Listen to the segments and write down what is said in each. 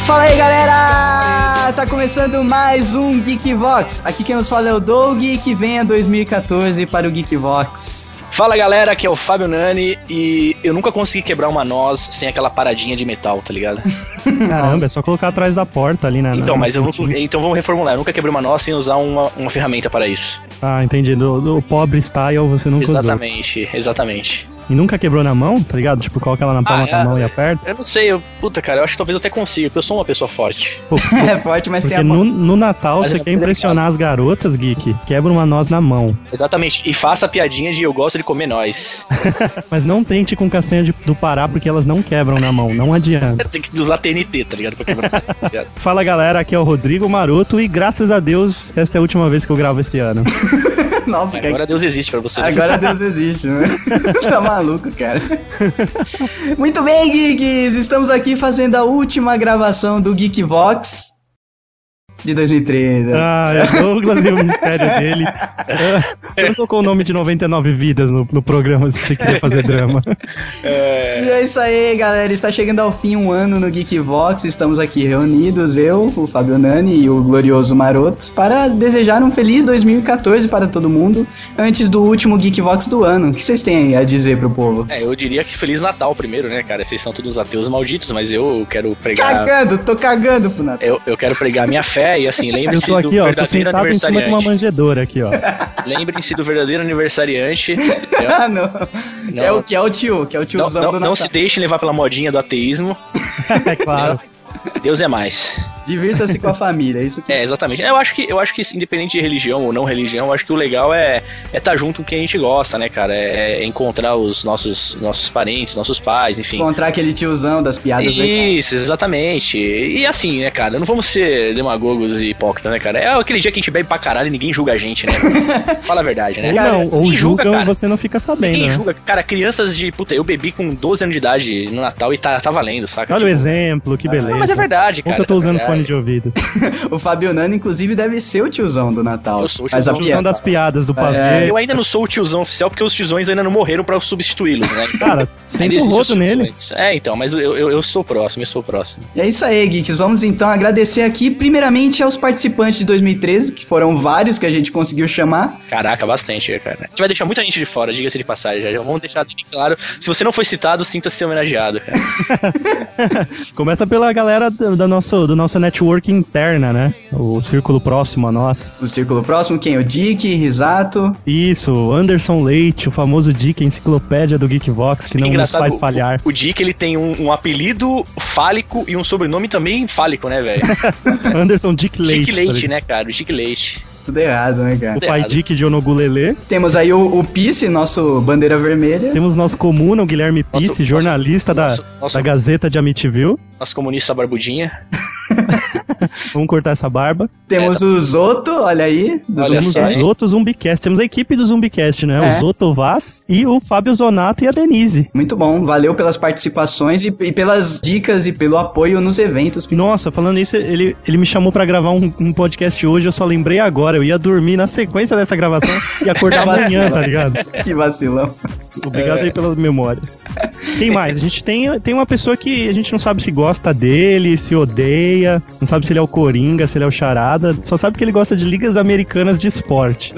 Fala aí, galera! Tá começando mais um Geekvox. Aqui quem nos fala é o Doug, que venha 2014 para o Geekvox. Fala, galera, aqui é o Fábio Nani e eu nunca consegui quebrar uma noz sem aquela paradinha de metal, tá ligado? Caramba, é só colocar atrás da porta ali na... Então, mas então vamos reformular. Eu nunca quebrei uma noz sem usar uma ferramenta para isso. Ah, entendi. Do pobre style você nunca usou. Exatamente. E nunca quebrou na mão, tá ligado? Tipo, coloca ela na palma da mão e aperta. Eu não sei, cara, eu acho que talvez eu até consiga, porque eu sou uma pessoa forte. Pô, é forte, mas porque tem a mão. No Natal, mas você quer impressionar as garotas, Geek, quebra uma noz na mão. Exatamente, e faça a piadinha de eu gosto de comer noz. Mas não tente com castanha do Pará, porque elas não quebram na mão, não adianta. Tem que usar TNT, tá ligado? Pra quebrar. Tá Fala, galera, aqui é o Rodrigo Maroto e graças a Deus, esta é a última vez que eu gravo esse ano. Nossa, agora Deus existe pra você. Agora Deus existe, né? Tá maluco, cara. Muito bem, geeks! Estamos aqui fazendo a última gravação do Geekvox de 2013. Ah, é Douglas e o mistério dele. Você não colocou o nome de 99 vidas no programa se você queria fazer drama. E é isso aí, galera. Está chegando ao fim um ano no Geekvox. Estamos aqui reunidos, eu, o Fábio Nani e o glorioso Maroto, para desejar um feliz 2014 para todo mundo, antes do último Geekvox do ano. O que vocês têm a dizer pro povo? Eu diria que Feliz Natal primeiro, né, cara? Vocês são todos ateus malditos, mas eu quero pregar... Tô cagando pro Natal. Eu quero pregar minha fé e assim, lembre-se aqui, do ó, verdadeiro aniversariante. Em cima de uma manjedoura aqui, ó. Lembrem-se do verdadeiro aniversariante. Não. É o que é o tiozão do Natal. Não se deixe levar pela modinha do ateísmo. É claro. Deus é mais. Divirta-se com a família, é isso que... exatamente. Eu acho que independente de religião ou não religião, eu acho que o legal é estar junto com quem a gente gosta, né, cara? É encontrar os nossos parentes, nossos pais, enfim. Encontrar aquele tiozão das piadas. Isso, exatamente. E assim, né, cara? Não vamos ser demagogos e hipócritas, né, cara? É aquele dia que a gente bebe pra caralho e ninguém julga a gente, né? Fala a verdade, né? Ou julgam e você não fica sabendo. Ninguém julga. Cara, crianças de... Puta, eu bebi com 12 anos de idade no Natal e tá valendo, saca? Olha o exemplo, que beleza. Mas é verdade, cara. Eu tô usando fone de ouvido. O Fábio Nano, inclusive, deve ser o tiozão do Natal. Eu sou o tiozão das piadas do pavê. Eu ainda não sou o tiozão oficial, porque os tiozões ainda não morreram pra substituí-los, né? Cara, sempre um rodo neles. Então, mas eu sou próximo, E é isso aí, geeks. Vamos então agradecer aqui, primeiramente, aos participantes de 2013, que foram vários que a gente conseguiu chamar. Caraca, bastante, cara. A gente vai deixar muita gente de fora, diga-se de passagem. Já vamos deixar bem claro. Se você não foi citado, sinta-se homenageado, cara. Começa pela galera do nosso network interna, né? O círculo próximo a nós. O círculo próximo, quem? O Dick, Risato. Isso, Anderson Leite, o famoso Dick, a enciclopédia do Geekvox, que não nos faz falhar. O Dick, ele tem um apelido fálico e um sobrenome também fálico, né, velho? Anderson Dick Leite. Dick Leite, né, cara? O Dick Leite. Tudo errado, né, cara? O pai Dick de Onogulele. Temos aí o Pisse, nosso bandeira vermelha. Temos nosso comuna, o Guilherme Pisse, jornalista da Gazeta de Amityville. Nosso comunista barbudinha. Vamos cortar essa barba. Temos o Zoto, olha aí. Temos o Zoto Zumbicast. Temos a equipe do Zumbicast, né? O Zoto Vaz e o Fábio Zonato e a Denise. Muito bom. Valeu pelas participações e pelas dicas e pelo apoio nos eventos. Nossa, falando isso, ele me chamou pra gravar um podcast hoje, eu só lembrei agora. Eu ia dormir na sequência dessa gravação e acordar amanhã, tá ligado? Que vacilão. Obrigado aí pela memória. Quem mais? A gente tem uma pessoa que a gente não sabe se gosta dele, se odeia, não sabe se ele é o Coringa, se ele é o Charada, só sabe que ele gosta de ligas americanas de esporte.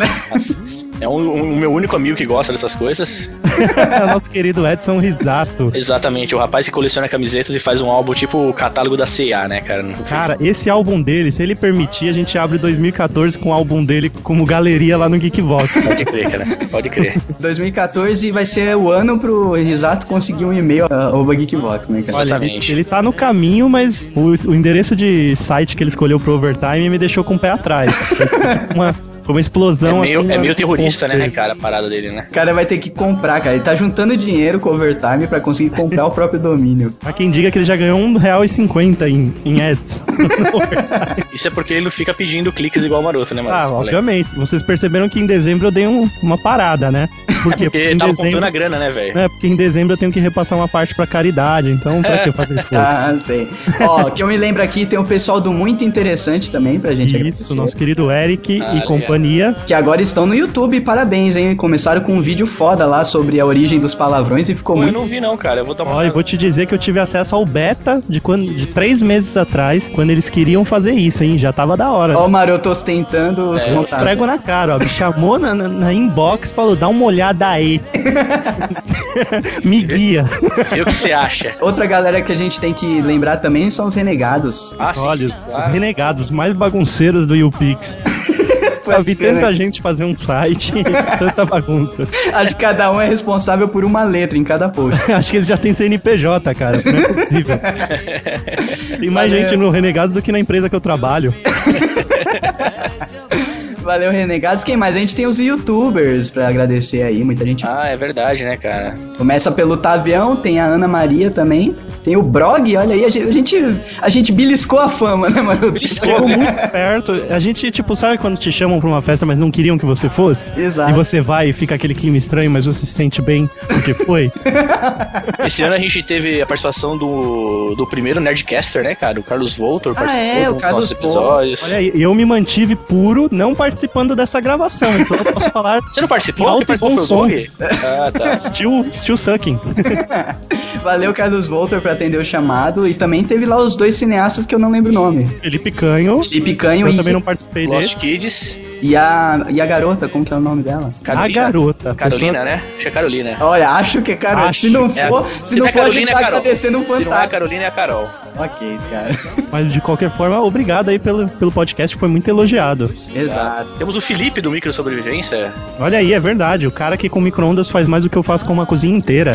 É o meu único amigo que gosta dessas coisas. É o nosso querido Edson Risato. Exatamente, o rapaz que coleciona camisetas e faz um álbum tipo o catálogo da C&A, né, cara? Cara, esse álbum dele, se ele permitir, a gente abre 2014 com o álbum dele como galeria lá no Geekvox. Pode crer, cara, pode crer. 2014 vai ser o ano pro Risato conseguir um e-mail @Geekvox, né, cara? Exatamente. Ele tá no caminho, mas o endereço de site que ele escolheu pro Overtime me deixou com o pé atrás. Foi uma explosão. É meio terrorista, né, cara, a parada dele, né? O cara vai ter que comprar, cara. Ele tá juntando dinheiro com o Overtime pra conseguir comprar o próprio domínio. Há quem diga que ele já ganhou R$1,50 em ads. Isso é porque ele não fica pedindo cliques igual o Maroto, né, Maroto? Obviamente. Vocês perceberam que em dezembro eu dei uma parada, né? Porque tava contando a grana, né, velho? Porque em dezembro eu tenho que repassar uma parte pra caridade, então pra que eu faço isso? Sei. Ó, que eu me lembro aqui, tem o pessoal do Muito Interessante também pra gente agradecer. Isso, nosso querido Eric e companhia Mania. Que agora estão no YouTube, parabéns, hein? Começaram com um vídeo foda lá sobre a origem dos palavrões e ficou muito... Eu não vi não, cara, eu vou dar uma... Olha, eu vou te dizer que eu tive acesso ao beta de 3 meses atrás, quando eles queriam fazer isso, hein? Já tava da hora. Ó, o Maroto ostentando os Eu contatos. esfrego na cara, ó. Me chamou na inbox, falou, dá uma olhada aí. Me guia. Vê o que você acha. Outra galera que a gente tem que lembrar também são os renegados. Ah, sim, Olha, sim, os claro. renegados, os mais bagunceiros do YouPix. Já vi tanta gente fazer um site, tanta bagunça. Acho que cada um é responsável por uma letra em cada post. Acho que eles já têm CNPJ, cara. Não é possível. Tem mais gente no Renegados do que na empresa que eu trabalho. Valeu, Renegados. Quem mais? A gente tem os youtubers pra agradecer aí, muita gente. Ah, é verdade, né, cara? Começa pelo Tavião, tem a Ana Maria também, tem o Brog, olha aí, a gente beliscou a fama, né, mano? Chegou muito perto. A gente, tipo, sabe quando te chamam pra uma festa, mas não queriam que você fosse? Exato. E você vai e fica aquele clima estranho, mas você se sente bem porque foi? Esse ano a gente teve a participação do primeiro Nerdcaster, né, cara? O Carlos Voltor o Carlos episódios. Olha aí, eu me mantive puro, não participando dessa gravação, então eu posso falar... Você não participou? Alto Você participou e bom pro som. Doug? Ah, tá. Still sucking. Valeu, Carlos Voltor, pra atender o chamado. E também teve lá os dois cineastas que eu não lembro o nome. Felipe Canho. Felipe Canho Eu e... também não participei Lost desse. Kids. E a garota, como que é o nome dela? A garota. Carolina, né? Acho que é Carolina. Olha, acho que é Carol. Acho. Se não for, se não for a gente tá Carol. agradecendo um Se não é a fantasma. Carolina, é a Carol. Ok, cara. Mas de qualquer forma, obrigado aí pelo podcast, foi muito elogiado. Exato. Temos o Felipe do Micro Sobrevivência. Olha aí, é verdade. O cara que com micro-ondas faz mais do que eu faço com uma cozinha inteira.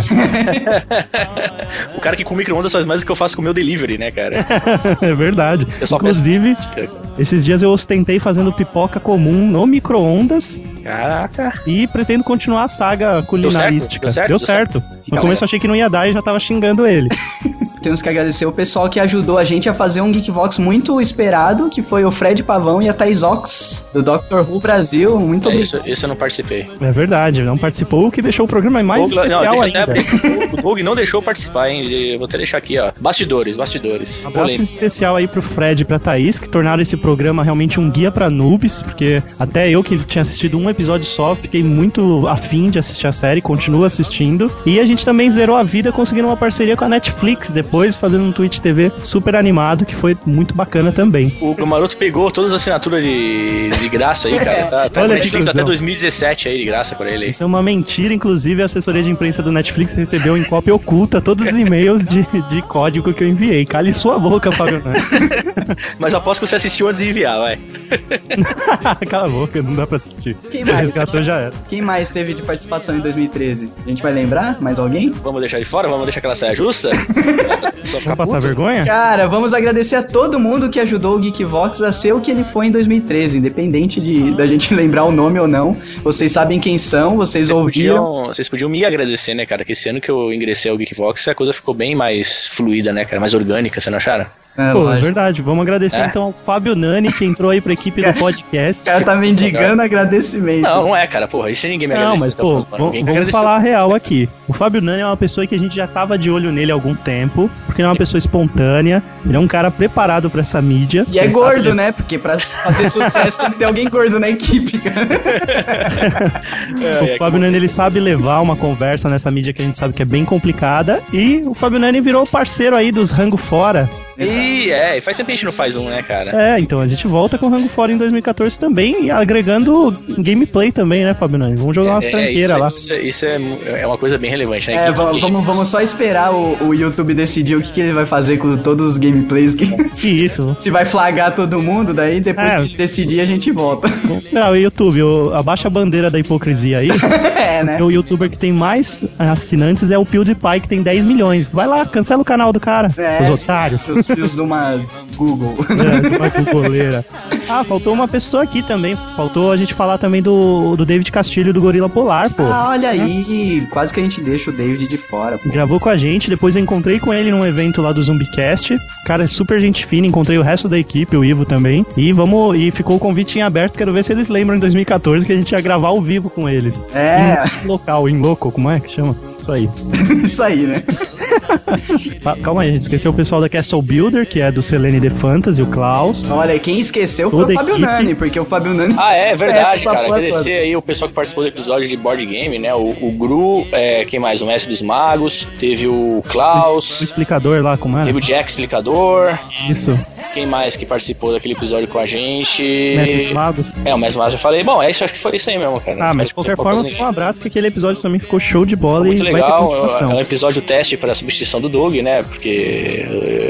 O cara que com micro-ondas faz mais do que eu faço com o meu delivery, né, cara? É verdade. Eu só Inclusive, esses dias eu ostentei fazendo pipoca comum no micro-ondas Caraca. e pretendo continuar a saga culinarística. Deu certo? No começo eu achei que não ia dar e já tava xingando ele. Temos que agradecer o pessoal que ajudou a gente a fazer um Geekvox muito esperado, que foi o Fred Pavão e a Thais Ox, do Dr. Who Brasil. Muito obrigado. Isso eu não participei. É verdade, não participou, o que deixou o programa mais especial ainda. O Doug não deixou participar, hein? Eu vou até deixar aqui, ó. Bastidores. Um abraço especial aí pro Fred e pra Thaís, que tornaram esse programa realmente um guia pra noobs, porque até eu que tinha assistido um episódio só, fiquei muito afim de assistir a série, continuo assistindo. E a gente também zerou a vida conseguindo uma parceria com a Netflix depois, fazendo um Twitch TV super animado, que foi muito bacana também. O Maroto pegou todas as assinaturas de graça aí, cara. Tá Olha Netflix que até 2017 aí de graça pra ele aí. Isso é uma mentira, inclusive a assessoria de imprensa do Netflix recebeu em cópia oculta todos os e-mails de código que eu enviei. Cale sua boca, Fábio. Mas eu aposto que você assistiu antes de enviar, vai. Cala a boca, não dá pra assistir. Quem mais? Resgatou, já era. Quem mais teve de participação em 2013? A gente vai lembrar? Mais alguém? Vamos deixar de fora? Vamos deixar que ela saia justa? Só ficar Vamos passar puto? vergonha? Cara, vamos agradecer a todo mundo que ajudou o Geekvox a ser o que ele foi em 2013, independente da gente lembrar o nome ou não. Vocês sabem quem são, vocês ouviram. Vocês podiam me agradecer, né, cara? Que esse ano que eu ingressei ao Geekvox, a coisa ficou bem mais fluida, né, cara? Mais orgânica, você não acharam? É, Pô, lógico. verdade. Vamos agradecer então ao Fábio Nani, que entrou aí pra equipe do podcast. O cara tá mendigando agradecimento. Não é, cara. Porra, isso ninguém me agradeceu. Não, mas tá pô, falando, mano. Ninguém me vamos agradeceu. falar a real aqui. O Fábio Nani é uma pessoa que a gente já tava de olho nele há algum tempo, porque ele é uma pessoa espontânea, ele é um cara preparado pra essa mídia. E é Ele gordo, sabe- né? Porque pra fazer sucesso tem que ter alguém gordo na equipe, cara. O Fábio Nani, ele sabe levar uma conversa nessa mídia que a gente sabe que é bem complicada, e o Fábio Nani virou parceiro aí dos Rango Fora. E faz tempo que a gente não faz um, né, cara? É, então a gente volta com o Rango Fora em 2014 também, e agregando gameplay também, né, Fábio Nani? Vamos jogar umas tranqueiras lá. Isso é uma coisa bem relevante, né? Vamos só esperar o YouTube decidir o que ele vai fazer com todos os gameplays. Que isso. Se vai flagrar todo mundo, daí depois que ele decidir a gente volta. Não, o YouTube, abaixa a bandeira da hipocrisia aí. É, né? O youtuber que tem mais assinantes é o PewDiePie, que tem 10 milhões. Vai lá, cancela o canal do cara. Os otários. Seus filhos de uma Google. Uma goleira. Ah, faltou uma pessoa aqui também. Faltou a gente falar também do David Castilho, do Gorila Polar, pô. Ah, olha aí. Quase que a gente deixa o David de fora, pô. Gravou com a gente, depois eu encontrei com ele num evento lá do Zumbicast. Cara, é super gente fina, encontrei o resto da equipe, o Ivo também. E ficou o convite em aberto, quero ver se eles lembram em 2014 que a gente ia gravar ao vivo com eles. É. Em local, em louco, como é que chama? Isso aí. Isso aí, né? Calma aí, a gente esqueceu o pessoal da Castle Builder, que é do Selene The Fantasy, o Klaus. Olha, quem esqueceu foi o Fábio Nani, porque o Fábio Nani... Ah, é verdade, cara. Agradecer aí o pessoal que participou do episódio de board game, né? O Gru, quem mais? O Mestre dos Magos, teve o Klaus... O explicador lá, como era? Teve o Jack Explicador. Isso. Quem mais que participou daquele episódio com a gente? Mestre dos Magos. O Mestre dos Magos eu falei. Bom, acho que foi isso aí mesmo, cara. Mas de qualquer forma, um abraço, que aquele episódio também ficou show de bola. Muito e legal. Vai ter continuação. É um episódio teste para a substituição do Doug, né? Porque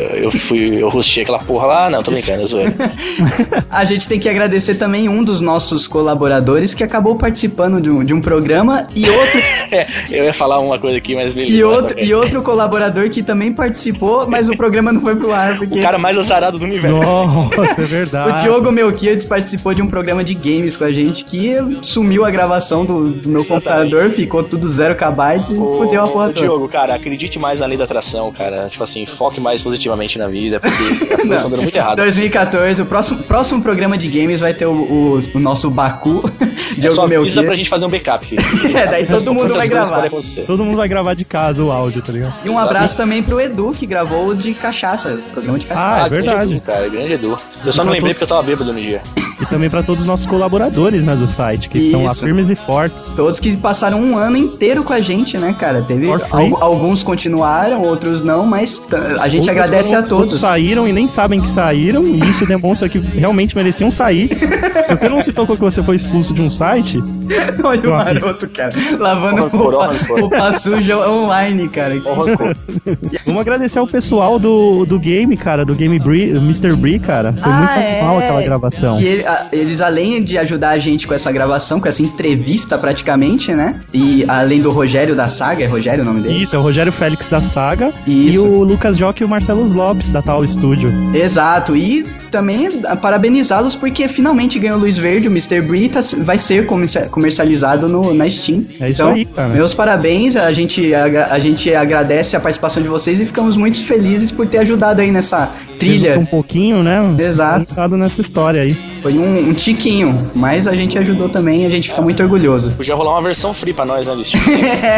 eu hostei aquela porra lá. Não, tô brincando, é zoeira. A gente tem que agradecer também um dos nossos colaboradores que acabou participando de um programa e outro... Eu ia falar uma coisa aqui, mas... E outro colaborador que também participou, mas o programa não foi pro ar, porque... O cara mais azarado do universo. Nossa, é verdade. O Diogo Melquiades participou de um programa de games com a gente que sumiu a gravação do meu computador, ficou tudo 0 KB e fudeu a porra toda. Diogo, cara, acredite mais na lei da atração, cara. Tipo assim, foque mais positivamente na vida, porque as coisas estão dando muito errado. 2014, o próximo programa de games vai ter o nosso Baku, Diogo só Melquiades. avisa pra gente fazer um backup, filho. Daí todo mundo vai gravar. Todo mundo vai gravar de casa o áudio, tá ligado? E um abraço também pro Edu, que gravou o de cachaça, o programa de cachaça. É verdade. Grande Edu, cara, grande Edu. Eu só não lembrei porque eu tava bêbado no dia. E também pra todos os nossos colaboradores, né, do site, que estão lá firmes e fortes. Todos que passaram um ano inteiro com a gente, né, cara? Teve alguns continuaram, outros não, mas a gente agradece a todos. Outros saíram e nem sabem que saíram, e isso demonstra que realmente mereciam sair. Se você não se tocou que você foi expulso de um site... Olha o maroto, cara, lavando roupa suja online, cara. Vamos agradecer ao pessoal do game, cara, do Game Mr. Bree, cara. Foi muito animal aquela gravação. Que eles, além de ajudar a gente com essa gravação, com essa entrevista praticamente, né? E além do Rogério da Saga, é Rogério o nome dele? Isso, é o Rogério Félix da Saga. Isso. E o Lucas Jock e o Marcelo Lopes da Tal Studio. Exato, e também parabenizá-los porque finalmente ganhou Luz Verde, o Mr. Bree vai ser comercializado na Steam. É isso então, aí, cara. Meus parabéns, a gente agradece a participação de vocês e ficamos muito felizes por ter ajudado aí nessa trilha. Um pouquinho, né? Exato. Nessa história aí. Foi um tiquinho, mas a gente ajudou também e a gente fica muito orgulhoso. Podia rolar uma versão free pra nós, né, Steam?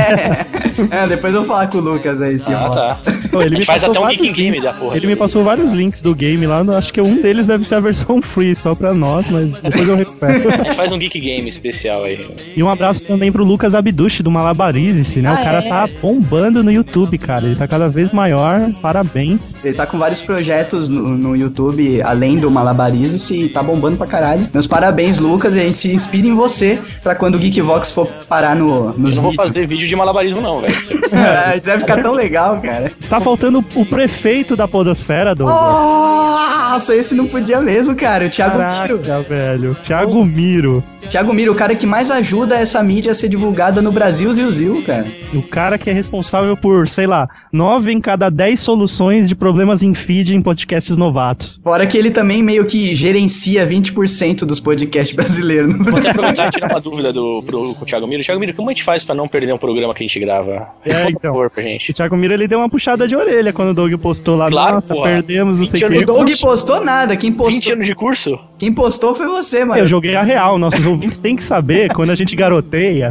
Depois eu vou falar com o Lucas aí. Tá. Pô, ele faz até um Geek Game da porra. Ele me passou vários links do game lá, acho que um deles deve ser a versão free, só pra nós, mas depois eu recupero. A gente faz um Geek Game especial aí. E um abraço também pro Lucas Abdushi, do Malabarize, né? O cara tá bombando no YouTube, cara. Ele tá cada vez maior, parabéns. Ele tá com vários projetos no YouTube, além do Malabarize, e tá bombando pra caralho. Meus parabéns, Lucas, e a gente se inspira em você pra quando o Geekvox for parar nos vídeos. Eu não vou fazer vídeo de malabarismo não, velho. Isso vai ficar tão legal, cara. Está faltando o prefeito da podosfera, Douglas. Nossa, esse não podia mesmo, cara. O Thiago Miro. Velho. Thiago Miro. Thiago Miro, o cara que mais ajuda essa mídia a ser divulgada no Brasil, Zil, cara. O cara que é responsável por, sei lá, 9 em cada 10 soluções de problemas em feed em podcasts novatos. Fora que ele também meio que gerencia 20% dos podcasts brasileiros. Vou até aproveitar e tirar uma dúvida pro Thiago Miro. Thiago Miro, como a gente faz pra não perder um programa que a gente grava? Então. Pra gente. O Thiago Miro, ele deu uma puxada de orelha quando o Doug postou lá. Claro, nossa, porra. perdemos, não sei o que. O Doug postou nada. Quem postou... 20 anos de curso? Quem postou foi você, mano. Eu joguei a real. Nossos ouvintes têm que saber quando a gente garoteia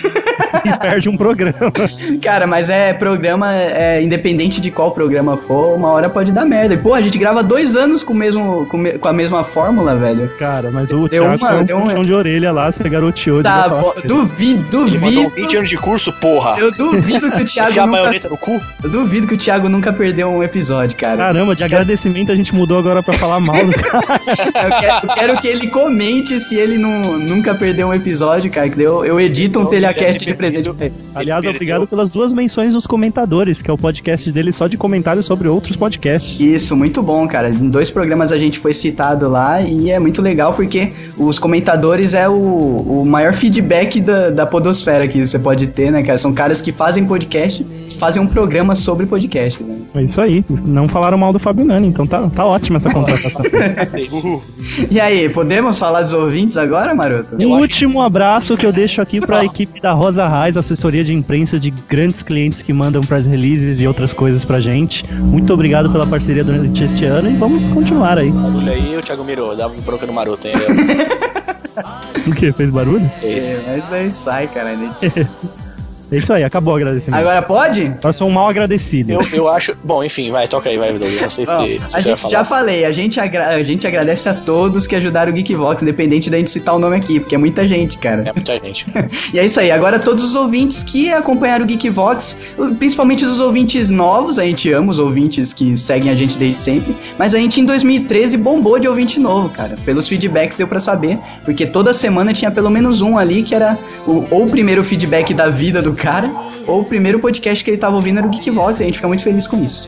e perde um programa. Cara, mas programa, independente de qual programa for, uma hora pode dar merda. E, pô, a gente grava 2 anos com a mesma fórmula, velho. Cara, mas o Thiago deu um puxão de orelha lá, você garoteou. Tá, bom, duvido. Ele mandou 20 anos de curso, porra. Eu duvido que o Thiago a baioneta no cu? Eu duvido que o Thiago nunca perdeu um episódio, cara. Caramba, de agradecimento a gente mudou agora pra falar mal do cara. Eu quero que ele comente se ele nunca perdeu um episódio, cara, que eu edito um telecast de presente. Aliás, obrigado pelas 2 menções nos comentadores, que é o podcast dele só de comentários sobre outros podcasts. Isso, muito bom, cara. Em 2 programas a gente foi citado lá e é muito legal porque os comentadores é o maior feedback da podosfera que você pode ter, né, cara? São caras que fazem podcast, fazem um programa sobre podcast, né? É isso aí. Não falaram mal do Fábio Nani, então tá ótima essa contratação. E aí, podemos falar dos ouvintes agora, Maroto? Um último abraço que eu deixo aqui pra equipe da Rosa Raiz, assessoria de imprensa de grandes clientes que mandam press releases e outras coisas pra gente. Muito obrigado pela parceria durante este ano e vamos continuar aí. Olha aí, o Thiago Miro, dava um bronca no Maroto, hein? O quê? Fez barulho? Mas daí sai, cara. É isso aí, acabou o agradecimento. Agora pode? Eu sou um mal agradecido. Eu acho... Bom, enfim, vai, toca aí, vai, Douglas. Não sei se A gente já falei, a gente agradece a todos que ajudaram o Geekvox, independente da gente citar o nome aqui, porque é muita gente, cara. É muita gente. E é isso aí, agora todos os ouvintes que acompanharam o Geekvox, principalmente os ouvintes novos, a gente ama os ouvintes que seguem a gente desde sempre, mas a gente em 2013 bombou de ouvinte novo, cara. Pelos feedbacks deu pra saber, porque toda semana tinha pelo menos um ali que era ou o primeiro feedback da vida do cara, ou o primeiro podcast que ele tava ouvindo era o Geekvox, e a gente fica muito feliz com isso.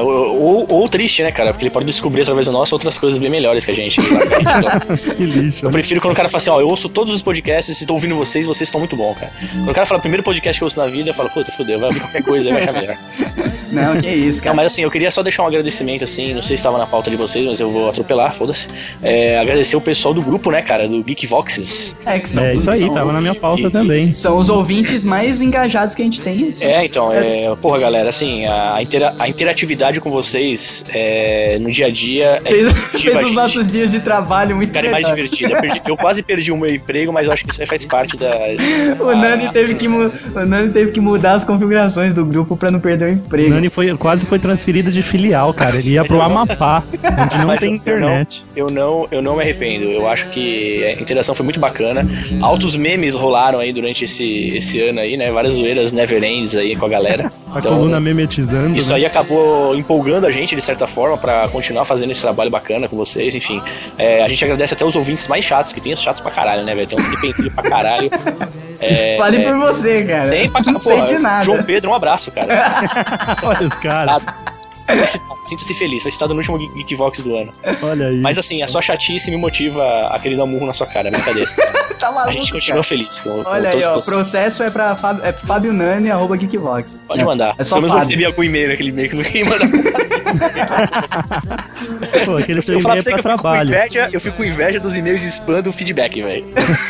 Ou triste, né, cara? Porque ele pode descobrir através do nosso outras coisas bem melhores que a gente. Que lixo. Eu prefiro quando o cara fala assim, ó, eu ouço todos os podcasts e tô ouvindo vocês estão muito bons, cara. Quando o cara fala, primeiro podcast que eu ouço na vida, eu falo, puta, fudeu, vai ouvir qualquer coisa aí, vai achar melhor. Não, que isso, cara. Não, mas assim, eu queria só deixar um agradecimento, assim, não sei se estava na pauta de vocês, mas eu vou atropelar, foda-se. Agradecer o pessoal do grupo, né, cara, do Geekvoxes. Que são, isso aí, tava na minha pauta também. São os ouvintes mais engajados que a gente tem. Assim. Então, porra, galera, assim, a interatividade com vocês no dia a dia fez os nossos dias de trabalho muito ficarem mais divertidos. Eu quase perdi o meu emprego, mas eu acho que isso aí faz parte da... O Nani teve que mudar as configurações do grupo pra não perder o emprego. O Nani quase foi transferido de filial, cara. Ele ia pro Amapá, onde não tem internet. Eu não me arrependo. Eu acho que a interação foi muito bacana. Altos memes rolaram aí durante esse ano aí, né? Várias zoeiras never ends aí com a galera. A coluna memetizando. Isso aí acabou empolgando a gente, de certa forma, pra continuar fazendo esse trabalho bacana com vocês. Enfim, a gente agradece até os ouvintes mais chatos, que tem os chatos pra caralho, né, velho? Tem uns que pentilham pra caralho. Fale por você, cara. Tem pra caralho. Não sei de nada. João Pedro, um abraço, cara. Olha os caras. Sinta-se feliz, foi citado no último Geekvox do ano. Olha aí. Mas assim, a sua chatice me motiva a querer dar um murro na sua cara, brincadeira. Tá maluco, a gente continua feliz. Olha aí, ó, o processo é pra FabioNani, @Geekvox. Pode mandar. É só Pelo menos eu recebi algum e-mail naquele e-mail que não queria mandar. Pô, aquele seu e-mail é pra trabalho. Eu fico com inveja dos e-mails de spam do feedback, velho.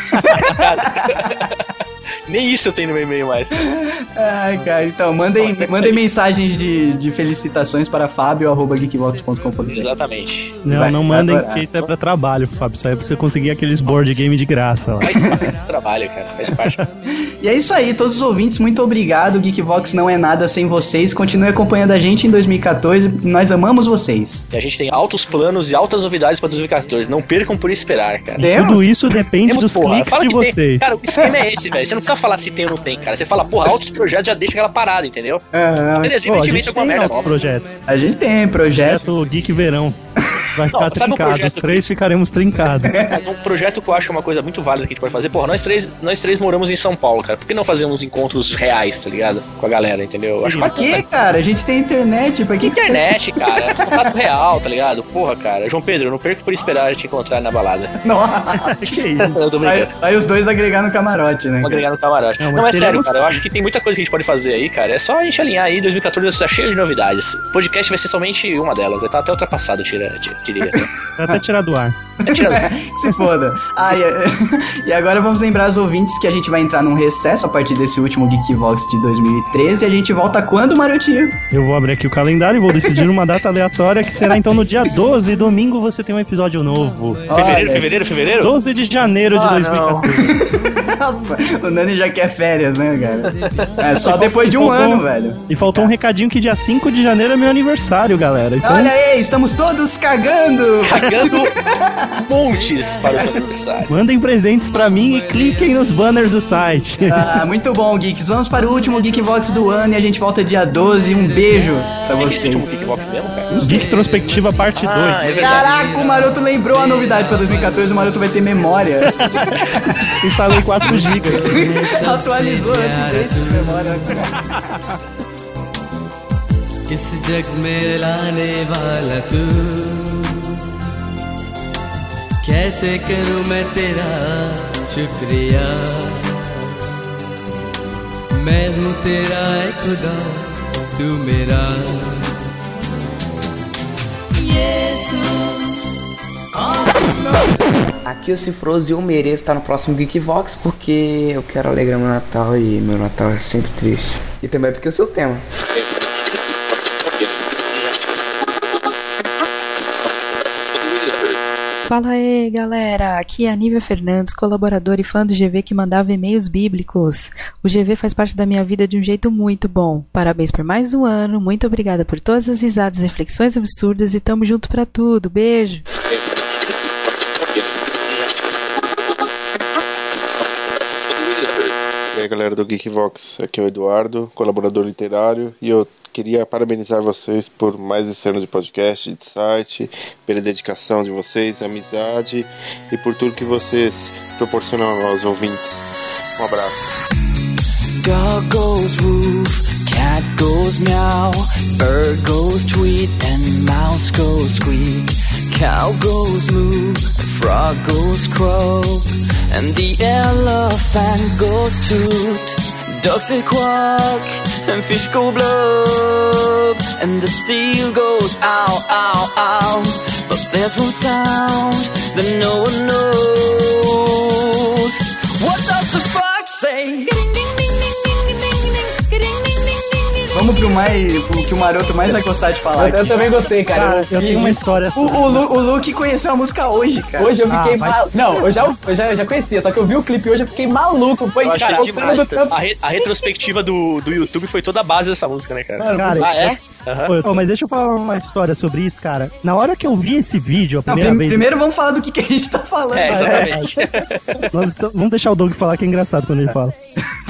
Nem isso eu tenho no meu e-mail mais. Ai, cara, então mandem mensagens de felicitações para fabio@geekvox.com.br. Exatamente. Não mandem, porque isso é pra trabalho, Fábio. Isso aí é pra você conseguir aqueles board game de graça. Ó. Faz parte do trabalho, cara. Faz parte. E é isso aí, todos os ouvintes, muito obrigado. O Geekvox não é nada sem vocês. Continue acompanhando a gente em 2014. Nós amamos vocês. E a gente tem altos planos e altas novidades para 2014. Não percam por esperar, cara. Tudo isso depende dos cliques de vocês. Cara, o esquema é esse, velho. Você não precisa falar se tem ou não tem, cara. Você fala, porra, altos projetos já deixa aquela parada, entendeu? Beleza, a gente tem altos projetos. A gente tem projeto Geek Verão. Vai ficar trincado, os três ficaremos trincados. Mas um projeto que eu acho uma coisa muito válida que a gente pode fazer, porra, nós três moramos em São Paulo, cara. Por que não fazemos encontros reais, tá ligado? Com a galera, entendeu? Eu acho pra quê, cara? A gente tem internet, pra que internet, cara? Contato real, tá ligado? Porra, cara. João Pedro, eu não perco por esperar te encontrar na balada. Nossa, que isso? Eu tô brincando. Aí os dois agregar no camarote, né? Vamos agregar no camarote. Não, é sério, cara. Eu acho que tem muita coisa que a gente pode fazer aí, cara. É só a gente alinhar aí. 2014 tá cheio de novidades. O podcast vai ser somente uma delas. Vai estar até ultrapassado, diria. Vai até tirar do ar. Se foda. E agora vamos lembrar os ouvintes que a gente vai entrar num recesso a partir desse último Geekvox de 2013. E a gente volta quando, Marotinho? Eu vou abrir aqui o calendário e vou decidir uma data aleatória, que será então no dia 12. Domingo você tem um episódio novo. Fevereiro? 12 de janeiro de 2014. Nossa, o Nani já quer férias, né, cara? É só depois de um ano, velho. E faltou um recadinho que dia 5 de janeiro é meu aniversário, galera. Então... Olha aí, estamos todos cagando montes para o seu aniversário. Mandem presentes pra mim e cliquem nos banners do site. Muito bom, Geeks. Vamos para o último Geekvox do ano e a gente volta dia 12. Um beijo pra vocês. Esse último Geekvox mesmo, cara? Geek Trospectiva parte 2. É Caraca, o Maroto lembrou a novidade pra 2014. O Maroto vai ter memória. Instalei 4 GB. Atualizou antes de memória. इस जग में लाने वाला तू कैसे करूं मैं तेरा शुक्रिया मैं हूं तेरा ऐ खुदा तू मेरा Aqui é o Cifroso e eu mereço estar no próximo Geekvox porque eu quero alegrar meu Natal e meu Natal é sempre triste. E também porque é o seu tema. Fala aí, galera! Aqui é a Nívia Fernandes, colaboradora e fã do GV que mandava e-mails bíblicos. O GV faz parte da minha vida de um jeito muito bom. Parabéns por mais um ano, muito obrigada por todas as risadas e reflexões absurdas e tamo junto pra tudo. Beijo! E aí, galera do Geekvox, aqui é o Eduardo, colaborador literário, e eu queria parabenizar vocês por mais esse ano de podcast, de site, pela dedicação de vocês, amizade e por tudo que vocês proporcionam aos ouvintes. Um abraço. Dog goes woof, cat goes meow, bird goes tweet, and mouse goes squeak. Cow goes moo, frog goes croak, and the elephant goes toot. Ducks say quack, and fish go blub, and the seal goes ow, ow, ow. But there's one sound that no one knows. What does the fox say? Vamos pro que o Maroto mais vai gostar de falar. Eu também gostei, cara. Eu tenho uma história sobre o Luke conheceu a música hoje, cara. Hoje eu fiquei maluco. Não, eu já conhecia, só que eu vi o clipe hoje e fiquei maluco. Foi, Eu achei cara, demais, do cara. A retrospectiva do YouTube foi toda a base dessa música, né, cara? Cara, é? Uhum. Mas deixa eu falar uma história sobre isso, cara. Na hora que eu vi esse vídeo, a primeira vez... Primeiro vamos falar do que a gente tá falando. É, exatamente. Vamos deixar o Doug falar, que é engraçado quando ele fala.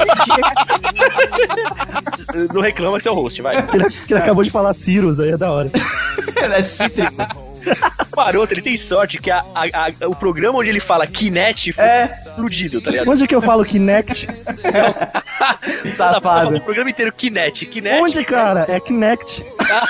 Não reclama que é o host, vai. Que ele acabou de falar Cirrus, aí é da hora. É cítricos. Maroto, ele tem sorte que o programa onde ele fala Kinect foi explodido, tá ligado? Onde que eu falo Kinect? Safado. O programa inteiro Kinect. Onde, cara? É Kinect.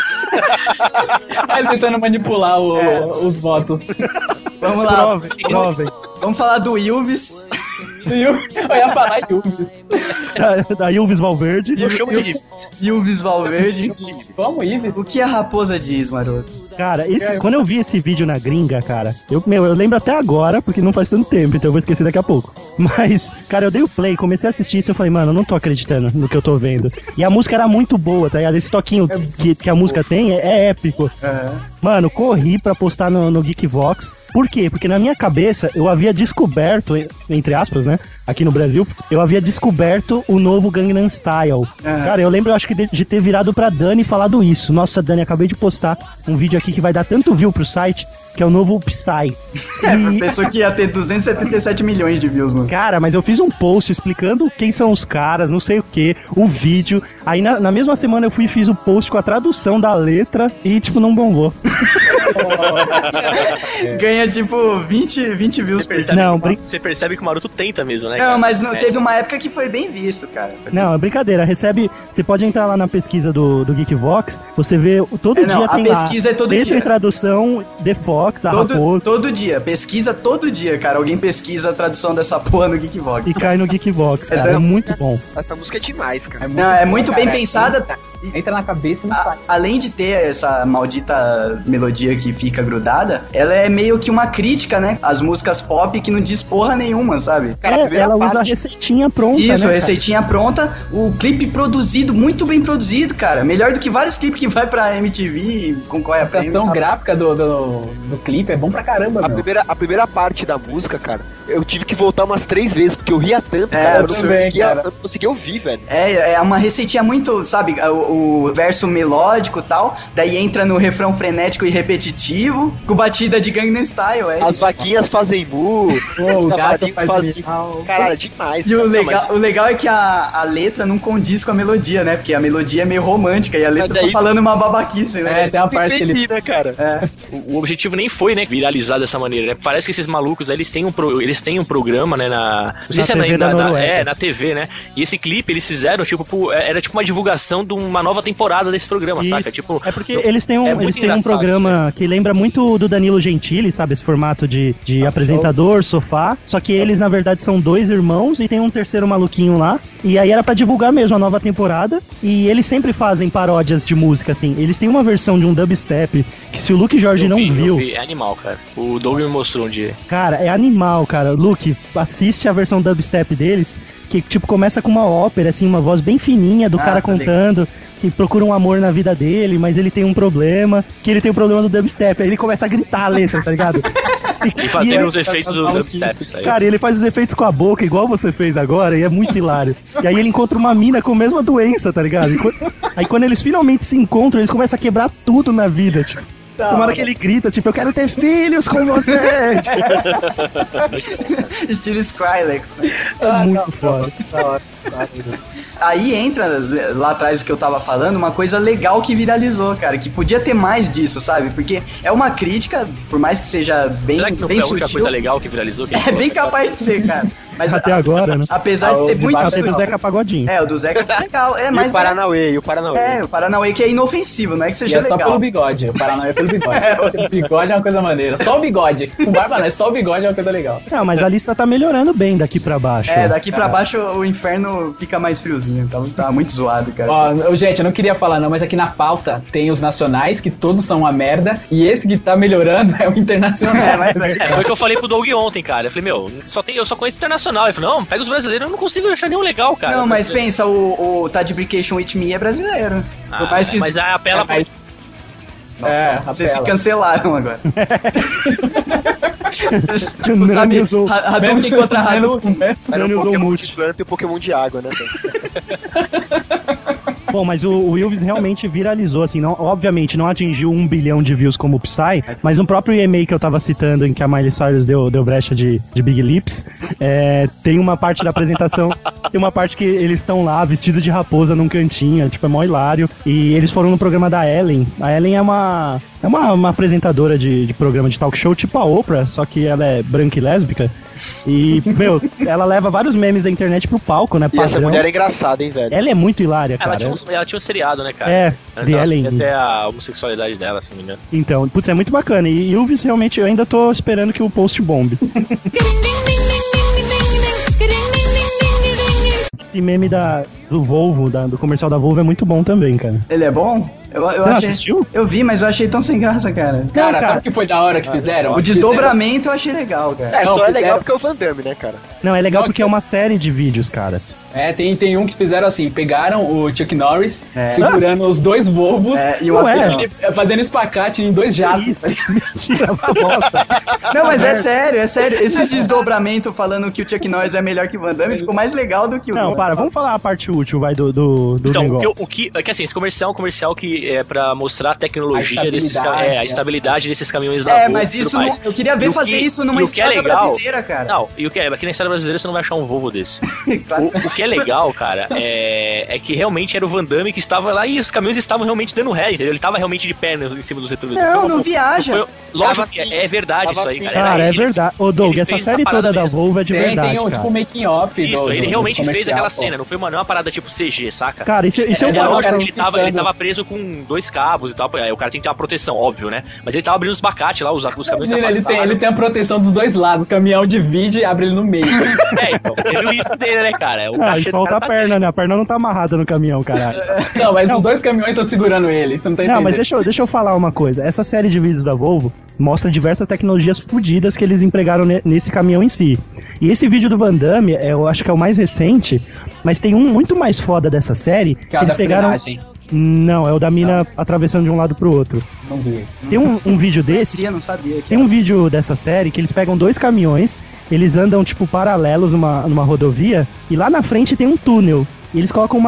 Ele tentando manipular os votos. Vamos lá. Jovem. Vamos falar do Ilves. Eu ia falar Ilves. Da Ilves Valverde. Eu chamo de Ilves Valverde. Vamos, Ilves. O que a raposa diz, Maroto? Cara, quando eu vi esse vídeo na gringa, cara, eu lembro até agora, porque não faz tanto tempo, então eu vou esquecer daqui a pouco. Mas, cara, eu dei o play, comecei a assistir isso e eu falei, mano, eu não tô acreditando no que eu tô vendo. E a música era muito boa, tá ligado? Esse toquinho que a música tem é épico. Mano, corri pra postar no Geekvox. Por quê? Porque na minha cabeça eu havia descoberto, entre aspas, né? Aqui no Brasil, eu havia descoberto o novo Gangnam Style. Cara, eu lembro, acho que de ter virado pra Dani e falado isso. Nossa, Dani, acabei de postar um vídeo aqui que vai dar tanto view pro site, que é o novo Psy. Pensou que ia ter 277 milhões de views, né? Cara, mas eu fiz um post explicando quem são os caras, não sei o que, o vídeo. Aí na mesma semana eu fui e fiz o post com a tradução da letra e, tipo, não bombou. Ganha, tipo, 20 views por dia. Você percebe que o Maroto tenta mesmo, né? Não, mas teve uma época que foi bem visto, cara. Não, é brincadeira. Você pode entrar lá na pesquisa do Geekvox, você vê, todo dia tem lá. A pesquisa é todo letra dia. E tradução, The Fox, a Raposa. Todo dia, pesquisa todo dia, cara. Alguém pesquisa a tradução dessa porra no Geekvox. E cai no Geekvox, cara. É muito bom. Essa música é demais, cara. Não, é muito bem pensada. Entra na cabeça e não sai. Além de ter essa maldita melodia que fica grudada, ela é meio que uma crítica, né? As músicas pop que não diz porra nenhuma, sabe? Cara, ela usa a receitinha pronta, Isso, né, receitinha pronta. O clipe produzido, muito bem produzido, cara. Melhor do que vários clipes que vai pra MTV e concorre a prêmio. A ação gráfica do clipe é bom pra caramba, A primeira parte da música, cara, eu tive que voltar umas 3 vezes, porque eu ria tanto, cara. Eu não conseguia ouvir, velho. É uma receitinha muito, sabe, o verso melódico e tal, daí entra no refrão frenético e repetitivo, com batida de Gangnam Style, As vaquinhas fazem mu, os cavalinhos fazem... Caralho, demais. E o legal é que a letra não condiz com a melodia, né? Porque a melodia é meio romântica e a letra tá falando uma babaquice, né? Tem uma parte que ele... né, cara? O objetivo nem foi, né, viralizar dessa maneira, né? Parece que esses malucos, eles têm um programa, né, não sei se é na TV, né? E esse clipe eles fizeram, tipo, era tipo uma divulgação de uma nova temporada desse programa, saca? Tipo, é porque eles têm um programa que lembra muito do Danilo Gentili, sabe? Esse formato de apresentador, sofá. Só que eles, na verdade, são 2 irmãos e tem um terceiro maluquinho lá. E aí era pra divulgar mesmo a nova temporada. E eles sempre fazem paródias de música, assim. Eles têm uma versão de um dubstep que, se o Luke Jorge não viu... É animal, cara. O Doug me mostrou um dia. Cara, é animal, cara. Luke, assiste a versão dubstep deles, que, tipo, começa com uma ópera, assim, uma voz bem fininha do cara contando... que procura um amor na vida dele, mas ele tem um problema, que ele tem o problema do dubstep, aí ele começa a gritar a letra, tá ligado? E fazendo os efeitos do dubstep. Cara, ele faz os efeitos com a boca, igual você fez agora, e é muito hilário. E aí ele encontra uma mina com a mesma doença, tá ligado? Aí quando eles finalmente se encontram, eles começam a quebrar tudo na vida, tipo. Uma hora que ele grita, tipo, eu quero ter filhos com você! Estilo Skrillex, né? É muito foda. Aí entra lá atrás do que eu tava falando, uma coisa legal que viralizou, cara, que podia ter mais disso, sabe? Porque é uma crítica, por mais que seja bem, será que não bem foi a única sutil. coisa legal que viralizou? Que É bem capaz de ser, cara. Mas até agora, né? Apesar de ser muito sutil. O do Zeca Pagodinho. É, o do Zeca é legal. É, mas e o Paranauê. É, o Paranauê que é inofensivo, não é que seja legal. É só pelo bigode, o Paranauê é pelo bigode. O bigode é uma coisa maneira. Só o bigode. Com barba não, é só o bigode é uma coisa legal. Não, mas a lista tá melhorando bem daqui pra baixo. É, daqui pra baixo o inferno fica mais friozinho, então tá muito zoado, cara. Ó, gente, eu não queria falar não, mas aqui na pauta tem os nacionais, que todos são uma merda, e esse que tá melhorando é o internacional. Foi o que eu falei pro Doug ontem, cara. Eu falei, meu, eu só conheço internacional. Ele falou, não, pega os brasileiros, eu não consigo achar nenhum legal, cara. Não, mas pensa, o Tadibrication With Me é brasileiro. Mas a apela... Nossa, vocês se cancelaram agora. Tipo, sabe, Hadouken contra Hadouken. Era um Pokémon de planta e um Pokémon de água, né? Bom, mas o Wilvis realmente viralizou, assim, não, obviamente não atingiu 1 bilhão de views como o Psy, mas no próprio EMA que eu tava citando, em que a Miley Cyrus deu brecha de Big Lips, tem uma parte da apresentação, tem uma parte que eles estão lá, vestido de raposa num cantinho, tipo, é mó hilário, e eles foram no programa da Ellen. A Ellen é uma apresentadora de programa de talk show, tipo a Oprah, só que ela é branca e lésbica. E, meu, ela leva vários memes da internet pro palco, né? E essa mulher é engraçada, hein, velho? Ela é muito hilária, cara. Ela tinha um seriado, né, cara? É, The Ellen. Até a homossexualidade dela, se não me engano. Então, putz, é muito bacana. E Ilvis, realmente, eu ainda tô esperando que o post bombe. Esse meme do Volvo, do comercial da Volvo é muito bom também, cara. Ele é bom? Você não assistiu? Eu vi, mas eu achei tão sem graça, cara. Cara, sabe o que foi da hora que fizeram? O desdobramento eu achei legal, cara. Só é legal porque é o Van Damme, né, cara? Não, é legal porque é uma série de vídeos, cara. É, tem um que fizeram assim, pegaram o Chuck Norris segurando os dois Volvos e fazendo espacate em 2 jatos. Isso, mentira, uma bosta. Não, mas é sério. Esse desdobramento falando que o Chuck Norris é melhor que o Van Damme ficou mais legal do que o... Não, vamos falar a parte útil, do então, negócio. É que assim, esse comercial é um comercial que é pra mostrar a tecnologia a estabilidade desses caminhões da Volvo. Mas isso não, eu queria ver fazer isso numa estrada brasileira, cara. Não, aqui na estrada brasileira você não vai achar um Volvo desse. O que é legal, cara, é que realmente era o Van Damme que estava lá e os caminhões estavam realmente dando ré, entendeu? Ele tava realmente de perna em cima dos retrovisores. Não viaja. Lógico que é verdade isso aí, cara. Cara, é verdade. Ô, Doug, essa série toda da Volvo é de verdade, tem tipo making off. Ele realmente fez aquela cena, não foi uma parada tipo CG, saca? Cara, isso eu falo. Ele tava preso com 2 cabos e tal, aí o cara tem que ter uma proteção, óbvio, né? Mas ele tava abrindo os bacates lá, os caminhões ele tem a proteção dos 2 lados, o caminhão divide e abre ele no meio. Então, teve o risco dele, né, cara? E solta a perna, né? A perna não tá amarrada no caminhão, caralho. Não, mas os 2 caminhões estão segurando ele, você não tá entendendo. Não, mas deixa eu falar uma coisa. Essa série de vídeos da Volvo mostra diversas tecnologias fodidas que eles empregaram nesse caminhão em si. E esse vídeo do Van Damme, eu acho que é o mais recente, mas tem um muito mais foda dessa série, que eles pegaram... Frenagem. Não, é o da mina atravessando de um lado pro outro. Não vi isso. Tem um vídeo desse. Eu não sabia. Tem um vídeo dessa série que eles pegam 2 caminhões, eles andam tipo paralelos numa rodovia, e lá na frente tem um túnel. E eles colocam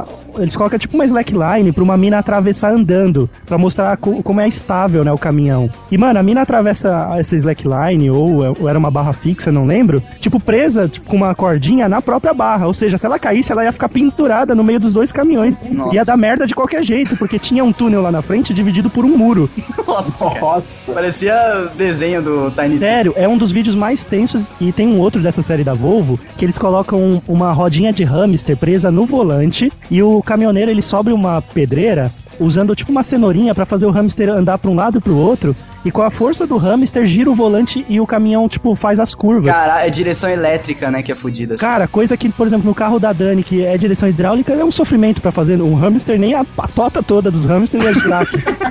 tipo uma slackline pra uma mina atravessar andando, pra mostrar como é estável, né, o caminhão. E, mano, a mina atravessa essa slackline, ou era uma barra fixa, não lembro, tipo, presa com uma cordinha na própria barra. Ou seja, se ela caísse, ela ia ficar pendurada no meio dos 2 caminhões. Nossa. Ia dar merda de qualquer jeito, porque tinha um túnel lá na frente dividido por um muro. Nossa. Parecia desenho do Tiny. Sério, é um dos vídeos mais tensos. E tem um outro dessa série da Volvo, que eles colocam uma rodinha de hamster presa no volante, e o caminhoneiro ele sobe uma pedreira usando tipo uma cenourinha pra fazer o hamster andar pra um lado e pro outro, e com a força do hamster gira o volante e o caminhão tipo faz as curvas. Cara, é direção elétrica, né, que é fodida. Assim. Cara, coisa que, por exemplo, no carro da Dani, que é direção hidráulica, é um sofrimento pra fazer. Um hamster, nem a patota toda dos hamsters ia girar.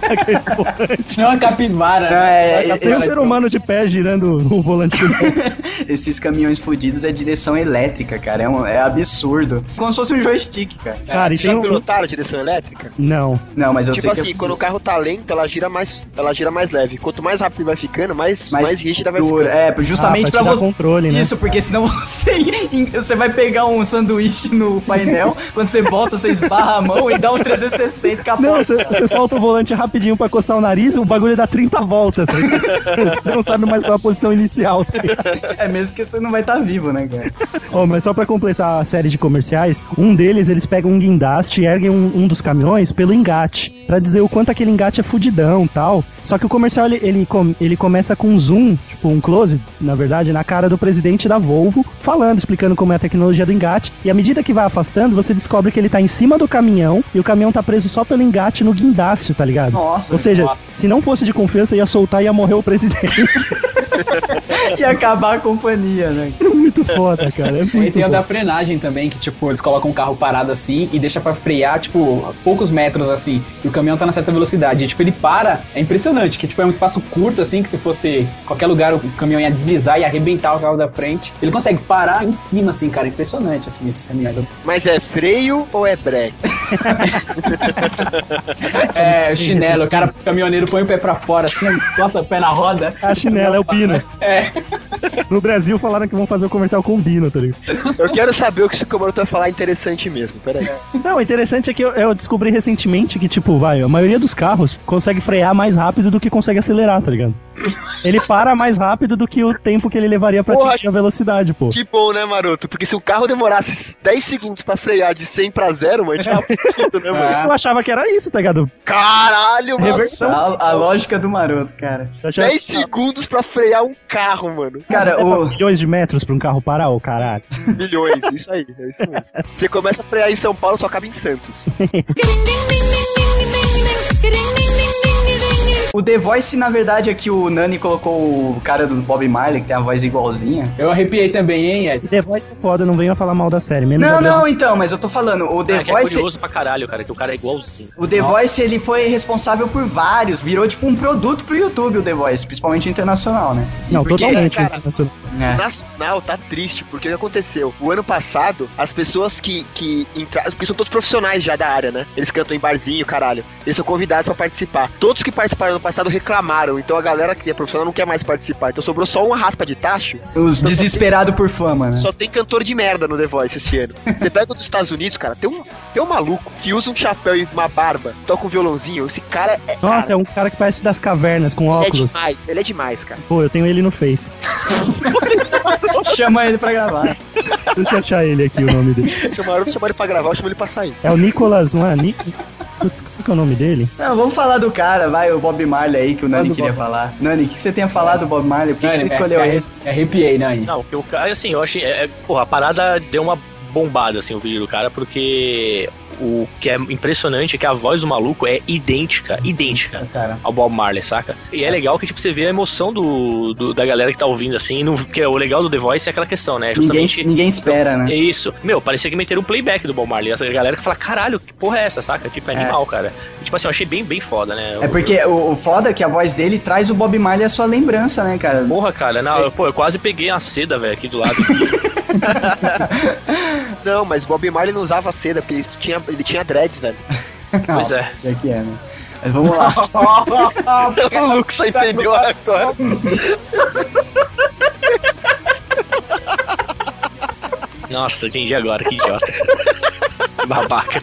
Não é uma capivara. Tem um ser humano de pé girando o volante. Esses caminhões fodidos é direção elétrica, cara. É absurdo. Como se fosse um joystick, cara. Cara, e já pilotaram a direção elétrica? Não. Não, mas eu tipo sei assim, quando o carro tá lento, ela gira mais leve. quanto mais rápido ele vai ficando, mais rígida vai ficando. Justamente pra você. Controle, né? Isso, porque senão você vai pegar um sanduíche no painel, quando você volta, você esbarra a mão e dá um 360 e capota. Não, você solta o volante rapidinho pra coçar o nariz, o bagulho dá 30 voltas. Você não sabe mais qual é a posição inicial. É mesmo que você não vai estar vivo, né, cara? Mas só pra completar a série de comerciais, um deles, eles pegam um guindaste e erguem um dos caminhões pelo engate, pra dizer o quanto aquele engate é fudidão e tal. Só que o comercial, ele começa com um zoom, tipo um close, na verdade, na cara do presidente da Volvo, falando, explicando como é a tecnologia do engate, e à medida que vai afastando, você descobre que ele tá em cima do caminhão, e o caminhão tá preso só pelo engate no guindaste, tá ligado? Nossa. Ou seja, se não fosse de confiança, ia soltar e ia morrer o presidente. E acabar a companhia, né? É muito foda, cara. E tem o da frenagem também, que tipo, eles colocam um carro parado assim e deixa pra frear, tipo, a poucos metros assim, e o caminhão tá na certa velocidade. E tipo, ele para, é impressionante, que tipo, é um espaço curto assim, que se fosse qualquer lugar o caminhão ia deslizar e arrebentar o carro da frente. Ele consegue parar em cima, assim, cara, impressionante, assim, esses caminhões. Mas é freio ou é breque? É, chinelo, o cara, o caminhoneiro põe o pé pra fora, assim, costa o pé na roda. A chinela é o Bino. É. No Brasil falaram que vão fazer o comercial com o Bino, tá ligado? Eu quero saber o que esse Komaroto vai falar interessante mesmo, peraí. Não, o interessante é que eu descobri recentemente que, tipo, a maioria dos carros consegue frear mais rápido do que consegue acelerar, tá ligado? Ele para mais rápido do que o tempo que ele levaria pra atingir a velocidade, pô. Que bom, né, Maroto? Porque se o carro demorasse 10 segundos pra frear de 100 pra 0, mano, tinha fudido, né, mano? Eu achava que era isso, tá ligado? Caralho, mano. A lógica do Maroto, cara. 10 segundos pra frear um carro, mano. Cara, milhões de metros pra um carro parar, ô caralho. Milhões, isso aí, é isso mesmo. Você começa a frear em São Paulo, só acaba em Santos. O The Voice, na verdade, aqui o Nani colocou o cara do Bob Marley, que tem a voz igualzinha. Eu arrepiei também, hein, Ed? The Voice é foda, não venha falar mal da série. Não, então, mas eu tô falando, o The Voice... É curioso pra caralho, cara, que o cara é igualzinho. O The Voice, ele foi responsável por vários, virou tipo um produto pro YouTube, o The Voice, principalmente internacional, né? Não, porque, totalmente cara, internacional. Nacional tá triste, porque o que aconteceu? O ano passado, as pessoas que entraram, porque são todos profissionais já da área, né? Eles cantam em barzinho, caralho. Eles são convidados pra participar. Todos que participaram no passado reclamaram, então a galera que é profissional não quer mais participar. Então sobrou só uma raspa de tacho. Os então, desesperados por fama, né? Só tem cantor de merda no The Voice esse ano. Você pega dos Estados Unidos, cara, tem um maluco que usa um chapéu e uma barba, toca um violãozinho. Esse cara é... Nossa, cara, é um cara que parece das cavernas, com óculos. Ele é demais, cara. Pô, eu tenho ele no Face. Chama ele pra gravar. Deixa eu achar ele aqui, o nome dele. Chama ele pra gravar, eu chamo ele pra sair. É o Nicolas, não é? Putz, qual que é o nome dele? Não, vamos falar do cara, vai, o Bob Marley aí, que o Nani queria falar. Nani, o que você tem a falar do Bob Marley? Por que você escolheu ele? Arrepiei, Nani. Não, porque o cara, assim, eu achei... porra, a parada deu uma bombada, assim, o vídeo do cara, porque... O que é impressionante é que a voz do maluco é idêntica ao Bob Marley, saca? E é legal que, tipo, você vê a emoção da galera que tá ouvindo, assim, porque o legal do The Voice é aquela questão, né? Ninguém espera, né? É isso. Meu, parecia que meteram um playback do Bob Marley. Essa galera que fala, caralho, que porra é essa, saca? Tipo, é animal, cara. E, tipo assim, eu achei bem foda, né? É porque o foda é que a voz dele traz o Bob Marley a sua lembrança, né, cara? Porra, cara, não, eu quase peguei uma seda, velho, aqui do lado. Não, mas o Bob Marley não usava seda, porque ele tinha dreads, velho. Pois é. Aqui é, né? Mas vamos lá. O Luke só entendeu agora. Nossa, entendi agora, que idiota. Babaca.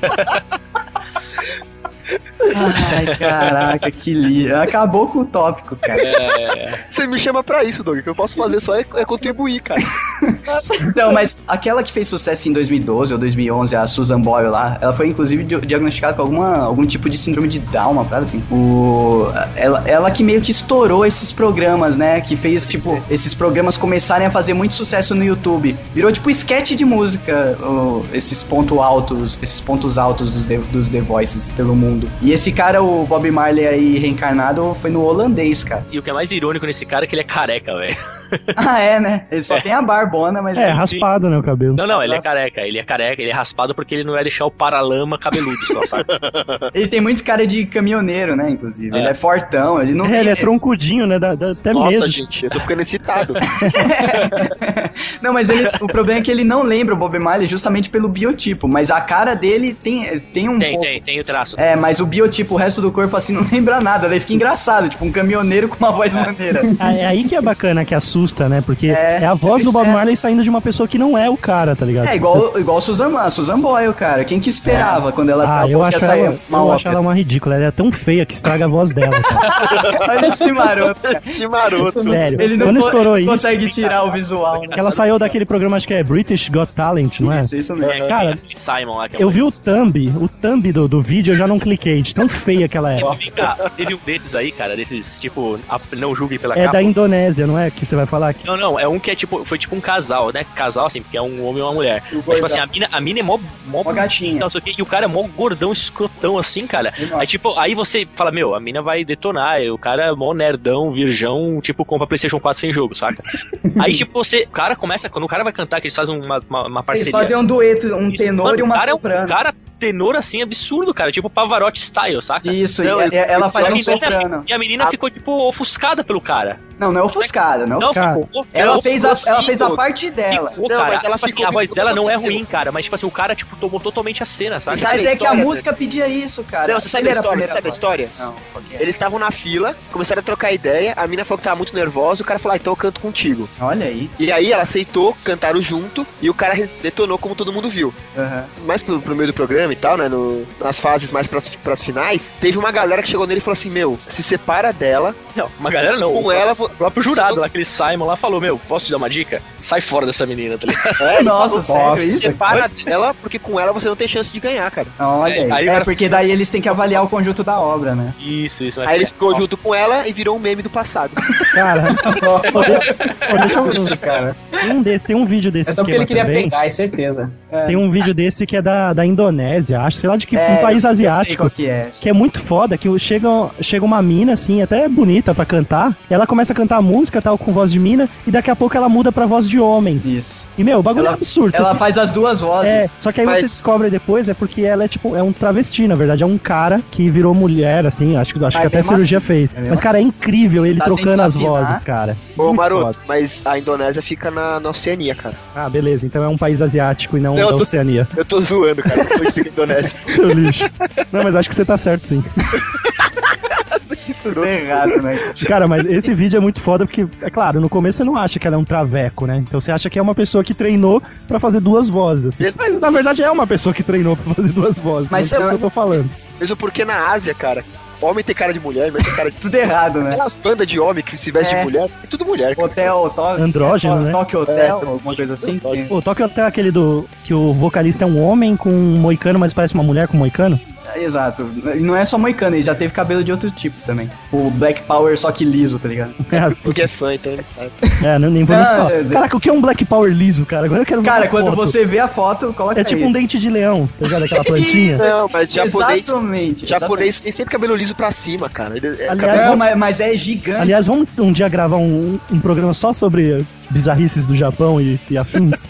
Ai, caraca, que lixo. Acabou com o tópico, cara. Você me chama pra isso, Doug. O que eu posso fazer só é contribuir, cara. Não, mas aquela que fez sucesso em 2012 ou 2011, a Susan Boyle lá, ela foi inclusive diagnosticada com algum tipo de síndrome de Down, uma parada assim. Ela que meio que estourou esses programas, né? Que fez, tipo, esses programas começarem a fazer muito sucesso no YouTube. Virou, tipo, sketch de música, esses pontos altos dos The Voices pelo mundo. E esse cara, o Bob Marley aí reencarnado, foi no holandês, cara. E o que é mais irônico nesse cara é que ele é careca, velho. Ah, é, né? Ele só tem a barbona, mas... É, raspado, né, o cabelo. Não, ele é careca. Ele é raspado porque ele não vai deixar o paralama cabeludo só, sabe? Ele tem muito cara de caminhoneiro, né, inclusive. Ele é fortão, ele não... Ele é troncudinho, né, dá até medo. Nossa, gente, eu tô ficando excitado. Não, mas o problema é que ele não lembra o Bob Marley justamente pelo biotipo, mas a cara dele tem um pouco... Tem o traço. É, mas o biotipo, o resto do corpo, assim, não lembra nada, daí fica engraçado, tipo um caminhoneiro com uma voz maneira. É aí que é bacana, que assusta, né, porque é a voz do Bob Marley saindo de uma pessoa que não é o cara, tá ligado? É, igual a Susan Boyle, cara. Quem que esperava quando ela eu acho ela uma ridícula, ela é tão feia que estraga a voz dela, cara. Olha esse maroto, cara. Que maroto. Sério, Ele quando estourou isso... consegue tirar o visual. Que ela saiu daquele programa, acho que é British Got Talent, não é? Isso mesmo. Cara, Simon lá, eu vi o thumb do vídeo, eu já não cliquei, de tão feia que ela é. Teve um desses aí, cara, desses, tipo, não julguem pela É capa. da Indonésia, não é? Que você vai falar aqui? Não, é um que é tipo, foi tipo um casal, né? Casal, assim, porque é um homem e uma mulher. Mas, tipo assim, a mina é mó gatinha. Não sei o que, e o cara é mó gordão, escrotão, assim, cara. Aí, tipo, aí você fala, meu, a mina vai detonar, e o cara é mó nerdão, virgão, tipo, compra PlayStation 4 sem jogo, saca? Aí, tipo, o cara começa, quando o cara vai cantar, que eles fazem uma parceria. Eles fazem um dueto, um tenor mano, e uma soprano. soprano. O cara tenor, assim, absurdo, cara, tipo Pavarotti style, saca? Isso, e ela faz um soprano. E a menina ficou, tipo, ofuscada pelo cara. Não é ofuscada, não é ofuscada. Ela fez a parte dela. Ficou, cara, mas ela tipo assim, a voz dela não é ruim, cara, mas tipo assim, o cara tipo tomou totalmente a cena, sabe? Mas é que a música pedia isso, cara. Não, você sabe a história? Não. Eles estavam na fila, começaram a trocar ideia, a mina falou que tava muito nervosa, o cara falou, então eu canto contigo. Olha aí. E aí ela aceitou, cantaram junto, e o cara detonou como todo mundo viu. Mais pro meio do programa e tal, né, nas fases mais pras finais, teve uma galera que chegou nele e falou assim, meu, se separa dela. Não, uma galera não. Com ela, o próprio jurado lá, aquele Simon lá, falou, meu, posso te dar uma dica? Sai fora dessa menina, tá ligado? Nossa, sério isso? Separa dela, porque com ela você não tem chance de ganhar, cara. Olha aí. Porque daí eles têm que avaliar o conjunto da obra, né? Isso. Aí ele ficou junto com ela e virou um meme do passado. Cara, deixa eu ver, cara. Tem um vídeo desse. É só porque ele queria pegar, é certeza. Tem um vídeo desse que é da Indonésia, acho, sei lá de que um país asiático. Que é muito foda, que chega uma mina, assim, até bonita pra cantar. Ela começa a cantar a música, tal, com voz de mina, e daqui a pouco ela muda pra voz de homem. Isso. E, meu, o bagulho é absurdo. Ela faz as duas vozes. Só que aí você descobre depois, é porque ela é tipo, é um travesti, na verdade, é um cara que virou mulher, assim, acho que até cirurgia fez. Mas, cara, é incrível ele trocando as vozes, cara. Ô, Maroto, mas a Indonésia fica na Oceania, cara. Ah, beleza, então é um país asiático e não da Oceania. Eu tô zoando, cara, não fica Indonésia. Seu lixo. Não, mas acho que você tá certo, sim. Tudo errado, né? Cara, mas esse vídeo é muito foda porque, é claro, no começo você não acha que ela é um traveco, né? Então você acha que é uma pessoa que treinou pra fazer duas vozes, assim. Mas na verdade é uma pessoa que treinou pra fazer duas vozes. Mas é o que eu tô falando. Mesmo porque na Ásia, cara, homem tem cara de mulher, mas tem cara de... Tudo errado, né? Aquelas bandas de homem que se vestem de mulher, é tudo mulher. Andrógeno, né? Tokyo Hotel, alguma coisa assim. O Tokyo Hotel é aquele que o vocalista é um homem com um moicano, mas parece uma mulher com moicano? Exato. E não é só moicano, ele já teve cabelo de outro tipo também. O Black Power, só que liso, tá ligado? Porque é fã, então ele sabe. Nem vou nem falar. Caraca, o que é um Black Power liso, cara? Agora eu quero ver. Cara, quando você vê a foto, coloca aí. É tipo um dente de leão, tá ligado? Aquela plantinha. Não, mas japonês... Exatamente. Japonês tem sempre cabelo liso pra cima, cara. Aliás, mas é gigante. Aliás, vamos um dia gravar um programa só sobre bizarrices do Japão e afins?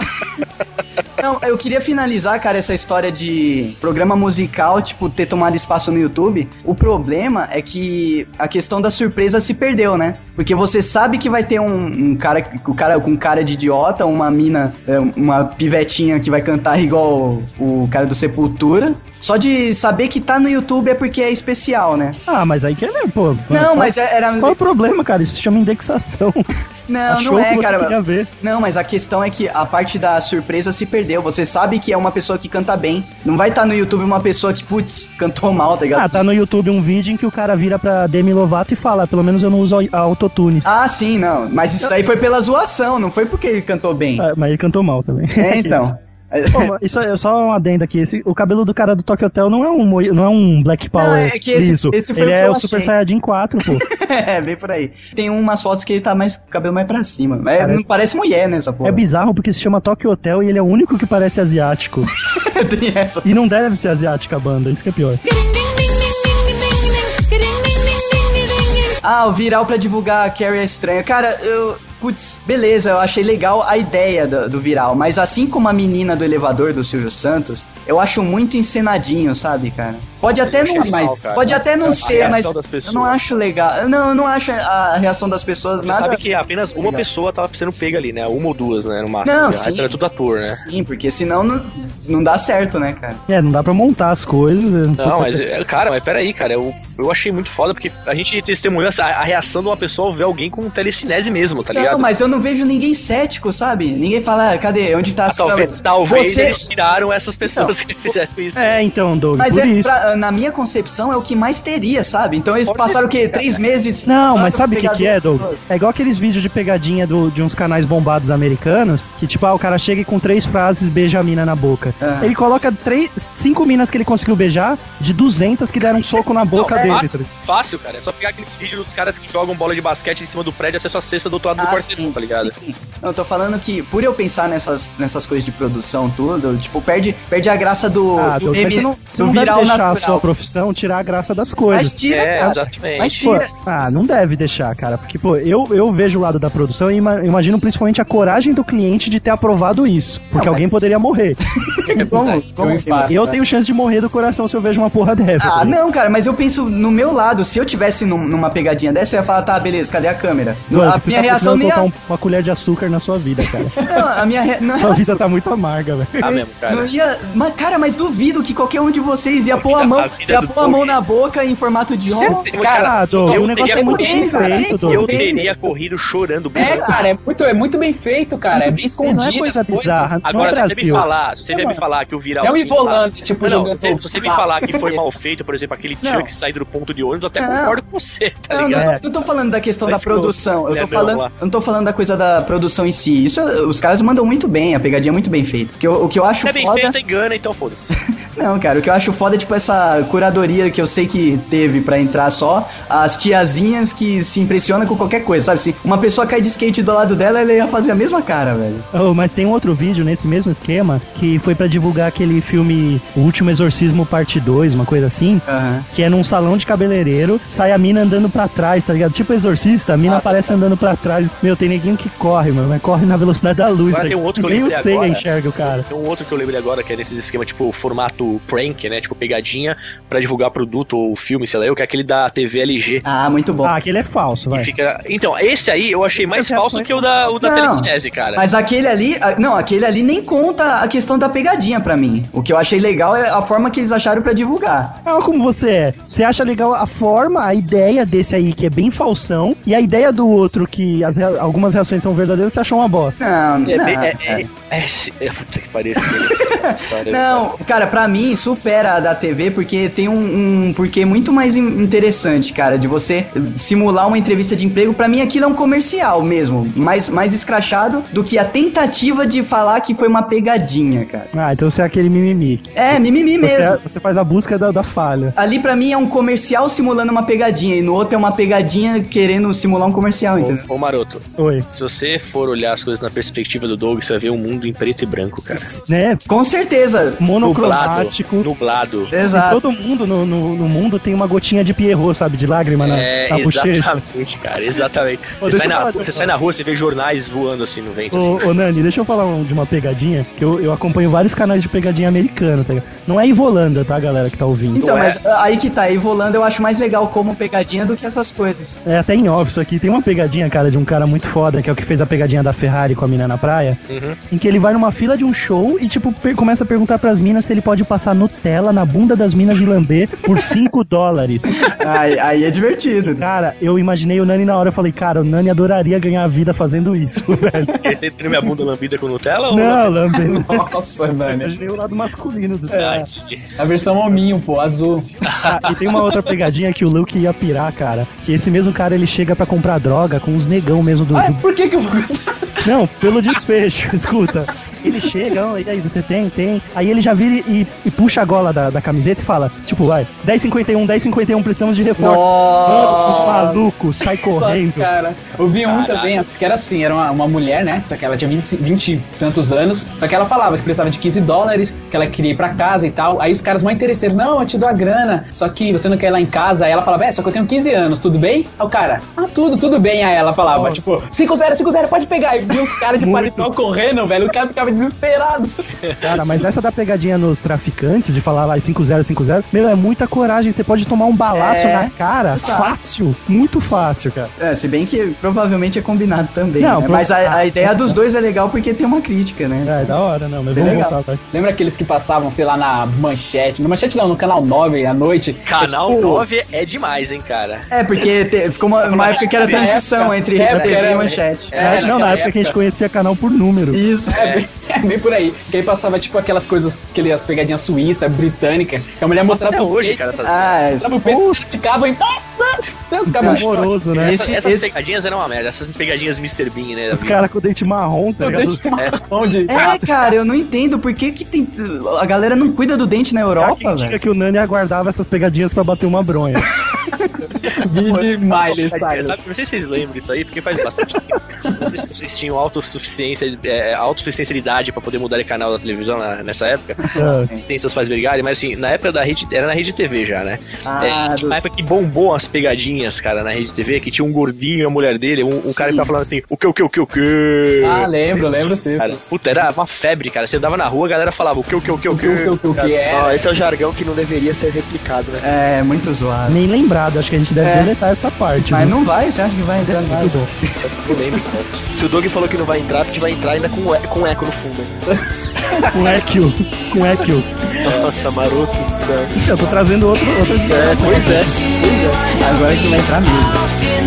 Não, eu queria finalizar, cara, essa história de programa musical, tipo, ter tomado espaço no YouTube. O problema é que a questão da surpresa se perdeu, né? Porque você sabe que vai ter um cara com cara de idiota, uma mina, uma pivetinha que vai cantar igual o cara do Sepultura. Só de saber que tá no YouTube é porque é especial, né? Ah, mas aí que é, pô. Não, mas era... Qual é o problema, cara? Isso se chama indexação. Não, não é, cara. Não, mas a questão é que a parte da surpresa se perdeu. Você sabe que é uma pessoa que canta bem. Não vai estar no YouTube uma pessoa que, putz, cantou mal, tá ligado? Tá no YouTube um vídeo em que o cara vira pra Demi Lovato e fala, pelo menos eu não uso autotune. Ah, sim, não. Mas isso daí foi pela zoação, não foi porque ele cantou bem. Mas ele cantou mal também. Então... Pô, isso é só uma adenda aqui. O cabelo do cara do Tokyo Hotel não é um Black Power liso. Esse foi ele é o Super Saiyajin 4, pô. Bem por aí. Tem umas fotos que ele tá com o cabelo mais pra cima. Não parece mulher, né, essa porra. É bizarro porque se chama Tokyo Hotel e ele é o único que parece asiático. Tem essa. E não deve ser asiática a banda, isso que é pior. O viral pra divulgar a Carrie é estranha. Cara, putz, beleza, eu achei legal a ideia do viral, mas assim como a menina do elevador do Silvio Santos, eu acho muito encenadinho, sabe, cara? Pode até não ser, pode até não ser, mas eu não acho legal. Eu não acho a reação das pessoas nada. Você sabe que apenas uma pessoa tava sendo pega ali, né? Uma ou duas, né? No máximo. Não, sim. Era tudo ator, né? Sim, porque senão não dá certo, né, cara? Não dá pra montar as coisas. Não, mas, cara, peraí, cara. Eu achei muito foda, porque a gente testemunhou a reação de uma pessoa ao ver alguém com telecinese mesmo, tá ligado? Não, mas eu não vejo ninguém cético, sabe? Ninguém fala, cadê? Onde tá as câmeras? Talvez eles tiraram essas pessoas que fizeram isso. Então, Doug, mas por isso. Na minha concepção, é o que mais teria, sabe? Então eles passaram o quê? 3 meses? Não, mas sabe o que é, Doug? É igual aqueles vídeos de pegadinha de uns canais bombados americanos, que tipo, o cara chega e com 3 frases beija a mina na boca. Ele coloca 5 minas que ele conseguiu beijar, de 200 que deram um soco na boca dele. Fácil, cara. É só pegar aqueles vídeos dos caras que jogam bola de basquete em cima do prédio e acesso a cesta do outro lado do quarteirão, tá ligado? Sim. Não, eu tô falando que, por eu pensar nessas coisas de produção, tudo, tipo, perde a graça do meme. Você não deve deixar a sua profissão tirar a graça das coisas. Mas tira, cara. Exatamente. Mas tira. Não deve deixar, cara. Porque, pô, eu vejo o lado da produção e imagino principalmente a coragem do cliente de ter aprovado isso. Porque alguém poderia morrer. Eu tenho chance de morrer do coração se eu vejo uma porra dessa. Não, cara, mas eu penso no meu lado. Se eu tivesse numa pegadinha dessa, eu ia falar, tá, beleza, cadê a câmera? Mano, a minha reação não ia... colocar uma colher de açúcar na sua vida, cara. Não, a minha sua vida tá muito amarga, velho. Mesmo, cara. Não ia... Mas duvido que qualquer um de vocês ia pôr a mão na boca em formato de homem. Cara, o negócio é muito bem feito, eu teria corrido chorando. Cara, é muito bem feito, cara. É bem escondido. Não é coisa bizarra. Agora, se você vier me falar que o viral... É um Ivolante, tipo, jogando... Se você me falar que foi mal feito, por exemplo, aquele Chuck saído do ponto de ônibus, eu até concordo com você, tá ligado? Eu tô falando da questão da produção. Eu não tô falando da coisa da produção em si. Isso, os caras mandam muito bem, a pegadinha é muito bem feita. O que eu acho foda... É bem feita, engana, então foda-se. Não, cara, o que eu acho foda é, tipo, essa curadoria que eu sei que teve pra entrar só, as tiazinhas que se impressionam com qualquer coisa, sabe? Se uma pessoa cai de skate do lado dela, ela ia fazer a mesma cara, velho. Mas tem um outro vídeo nesse mesmo esquema, que foi pra divulgar aquele filme O Último Exorcismo Parte 2, uma coisa assim, que é num salão de cabeleireiro, sai a mina andando pra trás, tá ligado? Tipo Exorcista, a mina aparece andando pra trás. Meu, tem neguinho que corre, mano, mas corre na velocidade da luz. Agora, tá? tem um outro que eu nem lembrei o Seiya agora. Enxerga o cara. Tem um outro que eu lembrei agora, que é nesses esquemas, tipo, formato prank, né? Tipo, pegadinha pra divulgar produto ou filme, sei lá, que é aquele da TV LG. Muito bom. Aquele é falso, vai. Então, esse aí eu achei mais falso que o da telecinese, cara. Mas aquele ali nem conta a questão da pegadinha pra mim. O que eu achei legal é a forma que eles acharam pra divulgar. Como você é? Você acha legal a forma, a ideia desse aí, que é bem falsão, e a ideia do outro, que algumas reações são verdadeiras, você achou uma bosta. Puta que pareça. Não, cara, pra mim supera a da TV, porque tem um porquê muito mais interessante, cara, de você simular uma entrevista de emprego. Pra mim aquilo é um comercial mesmo, mais escrachado do que a tentativa de falar que foi uma pegadinha, cara. Então você é aquele mimimi. Mimimi mesmo. Você faz a busca da falha. Ali pra mim é um comercial simulando uma pegadinha, e no outro é uma pegadinha querendo simular um comercial, entendeu? Ô Maroto, oi. Se você for olhar as coisas na perspectiva do Doug, você vai ver um mundo em preto e branco, cara. Né? Com certeza. Monocromático. Nublado. Exato. E todo mundo no mundo tem uma gotinha de Pierrot, sabe? De lágrima na bochecha. Exatamente, cara, exatamente. Você sai na rua, você vê jornais voando assim no vento. Ô Nani, deixa eu falar de uma pegadinha, que eu acompanho vários canais de pegadinha americana, tá ligado? Não é Ivolanda, tá, galera, que tá ouvindo. Então, mas aí que tá, Ivolanda eu acho mais legal como pegadinha do que essas coisas. Até em off isso aqui. Tem uma pegadinha, cara, de um cara muito foda, que é o que fez a pegadinha da Ferrari com a mina na praia, em que ele vai numa fila de um show e, tipo, começa a perguntar pras minas se ele pode passar Nutella na bunda das minas e lamber por $5. Aí é divertido. Cara, eu imaginei o Nani na hora, eu falei, cara, o Nani adoraria ganhar a vida fazendo isso, velho. Você tem minha bunda lambida com Nutella? Não, lambendo. Nossa, Nani. Imaginei o lado masculino do a versão hominho, pô, azul. E tem uma outra pegadinha que o Luke ia pirar, cara, que esse mesmo cara, ele chega pra comprar droga com os negão mesmo do... Por que eu vou gostar? Não, pelo desfecho, escuta. Ele chega, e aí, você tem? Aí ele já vira e puxa a gola da camiseta e fala, tipo, vai, 10,51, precisamos de reforço. Os malucos, sai correndo. Cara, eu vi um também, que era assim, era uma mulher, né? Só que ela tinha 20 e tantos anos, só que ela falava que precisava de $15, que ela queria ir pra casa e tal. Aí os caras mais interesseiros, não, eu te dou a grana, só que você não quer ir lá em casa. Aí ela falava, só que eu tenho 15 anos, tudo bem? Aí o cara, tudo bem. Aí ela falava, tipo, 5-0, pode pegar. E viu os caras de paletó correndo, velho, o cara ficava desesperado. Cara, mas essa da pegadinha nos traficantes, de falar lá 5-0, meu, é muita coragem, você pode tomar um balaço na cara, fácil, muito fácil, cara. Se bem que provavelmente é combinado também, não, né? Mas a ideia dos dois é legal porque tem uma crítica, né? É da hora, não, mas vamos voltar, tá? Lembra aqueles que passavam, sei lá, na Manchete? Na Manchete não, no Canal 9 à noite. Canal 9 é demais, hein, cara? Porque ficou uma época que era transição entre TV e Manchete. Na época que a gente conhecia canal por número. Isso. Bem por aí. Que aí passava, tipo, aquelas coisas, as pegadinhas suíça, britânica, que a mulher mostrava até hoje, cara, essas ficavam em... Ficava horroroso, né? Essas pegadinhas eram uma merda. Essas pegadinhas Mr. Bean, né? Os caras com o dente marrom, tá ligado? Cara, eu não entendo por que tem... A galera não cuida do dente na Europa, velho. Que o Nani aguardava essas pegadinhas pra bater uma bronha. Miley Cyrus. Não sei se vocês lembram disso aí, porque faz bastante tempo. Não sei se vocês tinham autossuficiência de idade pra poder mudar de canal da televisão nessa época. Sem seus pais brigarem, mas assim, na época da rede, era na Rede TV já, né? Na época que bombou as pegadinhas, cara, na Rede TV, que tinha um gordinho e a mulher dele, um cara que tava falando assim, o que? Lembro sim. Cara, puta, era uma febre, cara. Você andava na rua, a galera falava, o que? Esse é o jargão que não deveria ser replicado, né? É, muito zoado. Nem lembrado, acho que a gente deve deletar essa parte. Mas não vai, você acha que vai entrar mais? Eu lembro, cara. Se o Doug falou que não vai entrar, porque vai entrar ainda com eco no fundo. Com eco. Nossa, maroto. Eu tô trazendo outra pois é. Agora que vai entrar mesmo.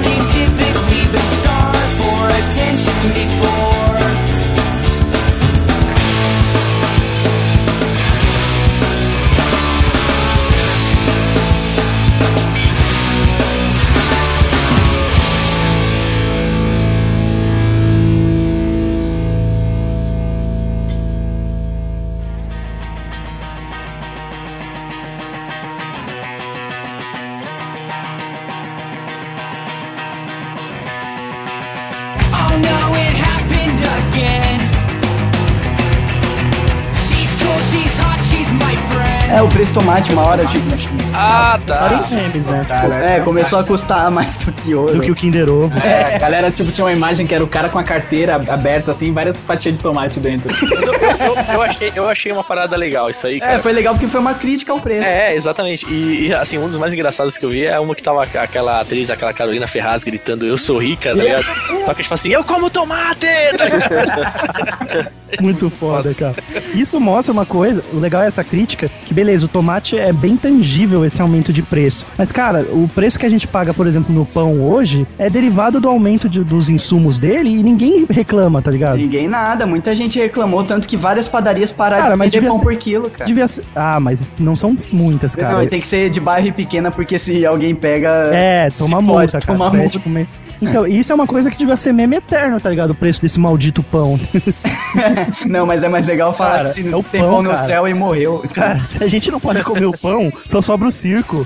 O preço tomate uma hora, tipo... Ah, tá. Vários memes, né? Começou a custar mais do que ouro. Do que o Kinder Ovo. A galera, tipo, tinha uma imagem que era o cara com a carteira aberta, assim, várias fatias de tomate dentro. eu achei uma parada legal isso aí, cara. Foi legal porque foi uma crítica ao preço. Exatamente. E assim, um dos mais engraçados que eu vi é uma que tava aquela atriz, aquela Carolina Ferraz gritando, eu sou rica, tá ligado? Só que tipo assim, eu como tomate! Tá ligado? Muito foda, cara. Isso mostra uma coisa, o legal é essa crítica, que beleza, o tomate é bem tangível esse aumento de preço. Mas, cara, o preço que a gente paga, por exemplo, no pão hoje, é derivado do aumento dos insumos dele e ninguém reclama, tá ligado? Ninguém nada, muita gente reclamou, tanto que várias padarias pararam de vender pão por quilo, cara. Devia ser... mas não são muitas, cara. Não, tem que ser de bairro pequena, porque se alguém pega... toma multa, cara. Toma multa. Então, isso é uma coisa que devia ser meme eterno, tá ligado? O preço desse maldito pão. Não, mas é mais legal falar, cara, que se não tem pão no céu e morreu. Cara, se a gente não pode comer o pão, só sobra o circo.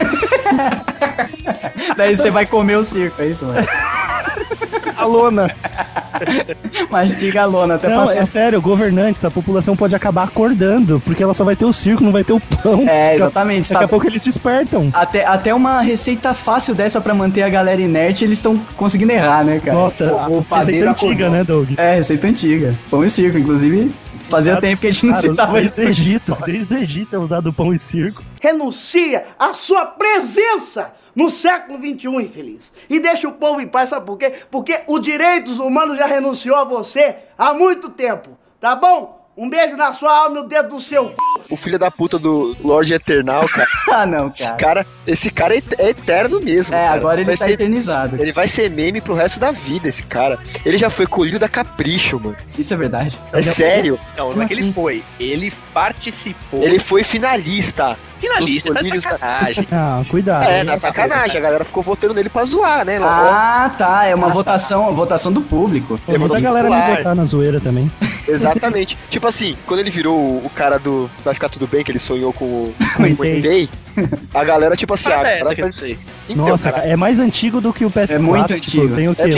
Daí você vai comer o circo, é isso, mano? A lona. Mastiga a lona até passar. Não, é sério, governantes, a população pode acabar acordando, porque ela só vai ter o circo, não vai ter o pão. Exatamente. Daqui a pouco eles despertam. Até uma receita fácil dessa pra manter a galera inerte, eles estão conseguindo errar, né, cara? Nossa, a receita antiga, né, Doug? Receita antiga. Pão e circo, inclusive. Fazia tempo que a gente não citava isso. Desde o Egito é usado pão e circo. Renuncia à sua presença no século XXI, infeliz. E deixa o povo em paz, sabe por quê? Porque o Direitos Humanos já renunciou a você há muito tempo, tá bom? Um beijo na sua alma e no dedo do seu c... O filho da puta do Lorde Eternal, cara. Não, cara. Esse cara é eterno mesmo. Cara. Agora ele tá eternizado. Ele vai ser meme pro resto da vida, esse cara. Ele já foi colhido da Capricho, mano. Isso é verdade. É sério? Não é que ele foi. Ele participou. Ele foi finalista. Finalista, tá sacanagem. Ah, cuidado. Na sacanagem. A galera ficou votando nele pra zoar, né? Ah, tá. É uma votação do público. Tem muita galera não votar na zoeira também. Exatamente. Tipo assim, quando ele virou o cara do Vai Ficar Tudo Bem, que ele sonhou com o Entei, a galera, tipo assim, que eu não sei. Então, nossa, cara, é mais antigo do que o PS4. É muito antigo. Tem o quê?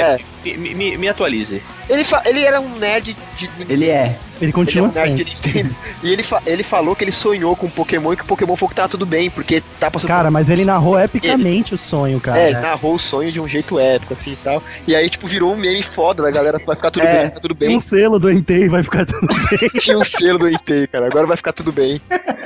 Me atualize. Ele era um nerd de... Ele continua sendo. E ele falou que ele sonhou com o Pokémon e que o Pokémon falou que tava tudo bem, porque tá passando... Cara, mas ele narrou epicamente o sonho, cara. Ele narrou o sonho de um jeito épico, assim, e tal. E aí, tipo, virou um meme foda da galera, vai ficar tudo bem, vai ficar tudo bem. Tem um selo do Entei, vai ficar tudo bem. Tinha um selo do Entei, cara, agora vai ficar tudo bem.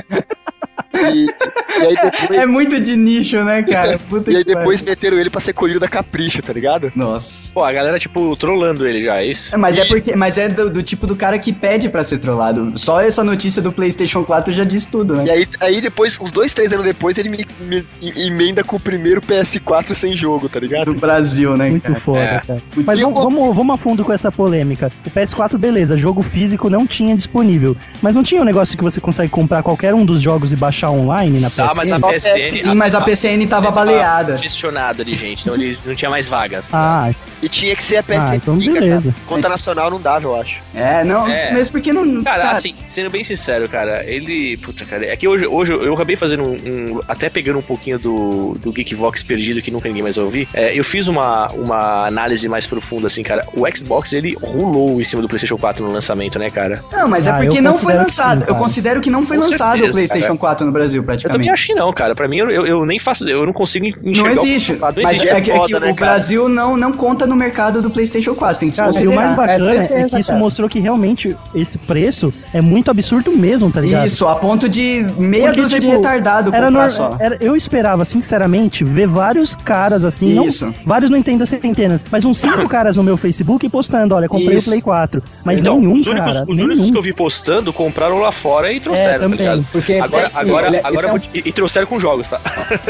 E aí depois... É muito de nicho, né, cara? Puta e aí depois meteram ele pra ser colhido da Capricho, tá ligado? Nossa. Pô, a galera, tipo, trollando ele já, é isso? Mas é do tipo do cara que pede pra ser trollado. Só essa notícia do PlayStation 4 já diz tudo, né? E aí depois, uns 2-3 anos depois, ele me emenda com o primeiro PS4 sem jogo, tá ligado? Do Brasil, né, muito foda, cara. Mas vamos a fundo com essa polêmica. O PS4, beleza, jogo físico não tinha disponível. Mas não tinha um negócio que você consegue comprar qualquer um dos jogos e baixar online na PSN? Mas a PSN... Sim, mas a PSN tava baleada. Gestionado ali, gente. Então eles não tinha mais vagas. E tinha que ser a PSN. Então beleza. Conta nacional não dava, eu acho. Mas porque não... Cara, assim, sendo bem sincero, cara, ele... Puta, cara, é que hoje eu acabei fazendo até pegando um pouquinho do Geekvox perdido, que nunca ninguém mais ouviu. Eu fiz uma análise mais profunda, assim, cara. O Xbox, ele rolou em cima do PlayStation 4 no lançamento, né, cara? Não, mas é porque não foi lançado. Sim, eu considero que não foi lançado o PlayStation 4 no Brasil, praticamente. Eu também acho que não, cara. Pra mim, eu nem faço... Eu não consigo enxergar. Não existe. Mas é que o Brasil não conta no mercado do PlayStation 4. Tem que se considerar. E o mais bacana é que isso mostrou que realmente esse preço é muito absurdo mesmo, tá ligado? Isso, a ponto de meia dúzia de retardado comprar só. Eu esperava, sinceramente, ver vários caras assim, vários não entendo centenas, mas uns 5 caras no meu Facebook postando, olha, comprei o Play 4. Mas então, nenhum, os únicos que eu vi postando compraram lá fora e trouxeram, também. Tá ligado? Porque agora e trouxeram com jogos, tá?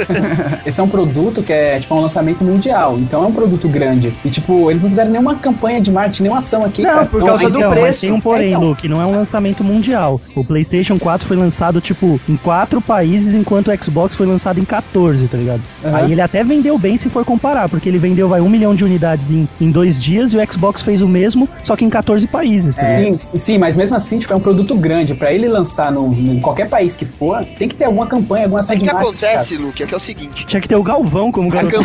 Esse é um produto que é tipo um lançamento mundial, então é um produto grande. E tipo, eles não fizeram nenhuma campanha de marketing, nenhuma ação aqui. Não, cara. por causa do preço. Tem um porém, Luke, não é um lançamento mundial. O PlayStation 4 foi lançado, tipo, em 4 países, enquanto o Xbox foi lançado em 14, tá ligado? Aí ele até vendeu bem se for comparar, porque ele vendeu, 1 milhão de unidades em 2 dias e o Xbox fez o mesmo, só que em 14 países. Tá sim, mas mesmo assim, tipo, é um produto grande. Pra ele lançar em qualquer país que for, tem que ter alguma campanha, alguma ação de marketing. O que acontece, Luke, é que é o seguinte... Tinha que ter o Galvão como garoto.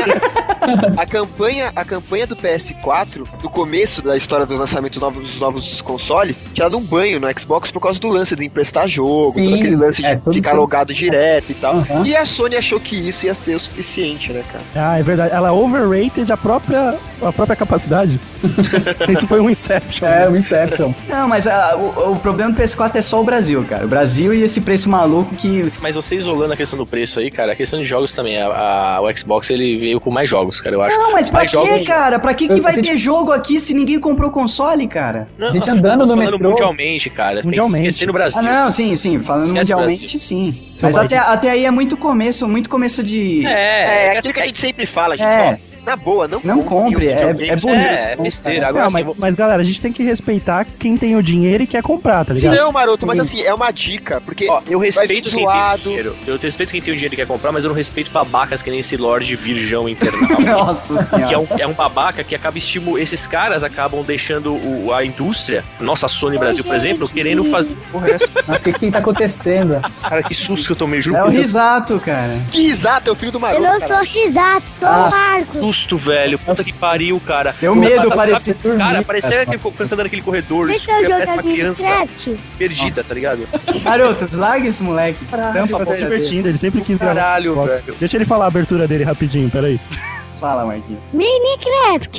A campanha do PS4, do começo da história do lançamento dos novos consoles, tinha dado um banho no Xbox por causa do lance de emprestar jogo, todo aquele lance de ficar logado direto e tal. E a Sony achou que isso ia ser o suficiente, né, cara? É verdade. Ela overrated a própria capacidade. Isso foi um Inception. Um Inception. Não, mas o problema do PS4 é só o Brasil, cara. O Brasil e esse preço maluco que... Mas você isolando a questão do preço aí, cara, a questão de jogos também. O Xbox, ele veio com mais jogos, cara, eu acho. Não, mas pra quê, cara? Pra que vai ter jogo aqui se ninguém comprou console, cara? A gente andando no metrô... mundialmente, cara. Mundialmente. Tem que esquecer no Brasil. Não, sim. Falando mundialmente, sim. Mas até aí é muito começo de... É aquilo que a gente sempre fala, gente, na boa, não compre, é bonito. É besteira. Agora, mas galera, a gente tem que respeitar quem tem o dinheiro e quer comprar, tá ligado? Sim, não, Maroto, mas assim, é uma dica, porque eu respeito quem tem dinheiro. Eu respeito quem tem o dinheiro e quer comprar, mas eu não respeito babacas que nem esse Lorde Virgão Internal. Nossa senhora. Que é um babaca que acaba estimulando... Esses caras acabam deixando a indústria, nossa Sony Brasil, por exemplo, querendo fazer... Nossa, o que tá acontecendo? Cara, que susto que eu tomei, juro. É o Risato, cara. Que Risato? É o filho do Maroto. Eu não sou Risato, sou o Marco. Susto, velho. Puta que pariu, cara. Deu medo, parecia dormir. Cara, parecia que eu cansando naquele corredor. Você quer jogar uma criança perdida, tá ligado? Garoto, larga esse moleque. Tampa, tá divertindo, ele sempre quis gravar. Caralho, velho. Deixa ele falar a abertura dele rapidinho, peraí. Fala, Marquinhos. Minecraft.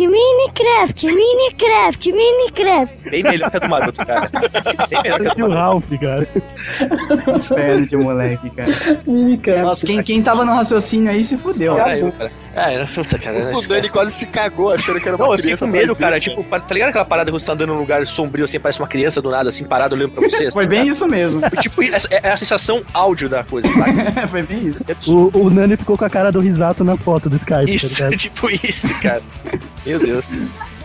Bem melhor que a do Maroto, cara. Bem melhor que a do o Ralph, cara. Inferno de moleque, cara. Minecraft. Nossa, quem tava no raciocínio aí se fudeu. Cara. Era puta, cara. O Dani quase se cagou achando que era uma criança. Eu fiquei com medo, cara. Tipo, tá ligado aquela parada que você tá andando num lugar sombrio, assim, parece uma criança do nada, assim, parada olhando pra você? Foi bem isso mesmo. Tipo, é a sensação áudio da coisa, sabe? Foi bem isso. O Nani ficou com a cara do Risato na foto do Skype. Isso, tipo isso, cara. Meu Deus.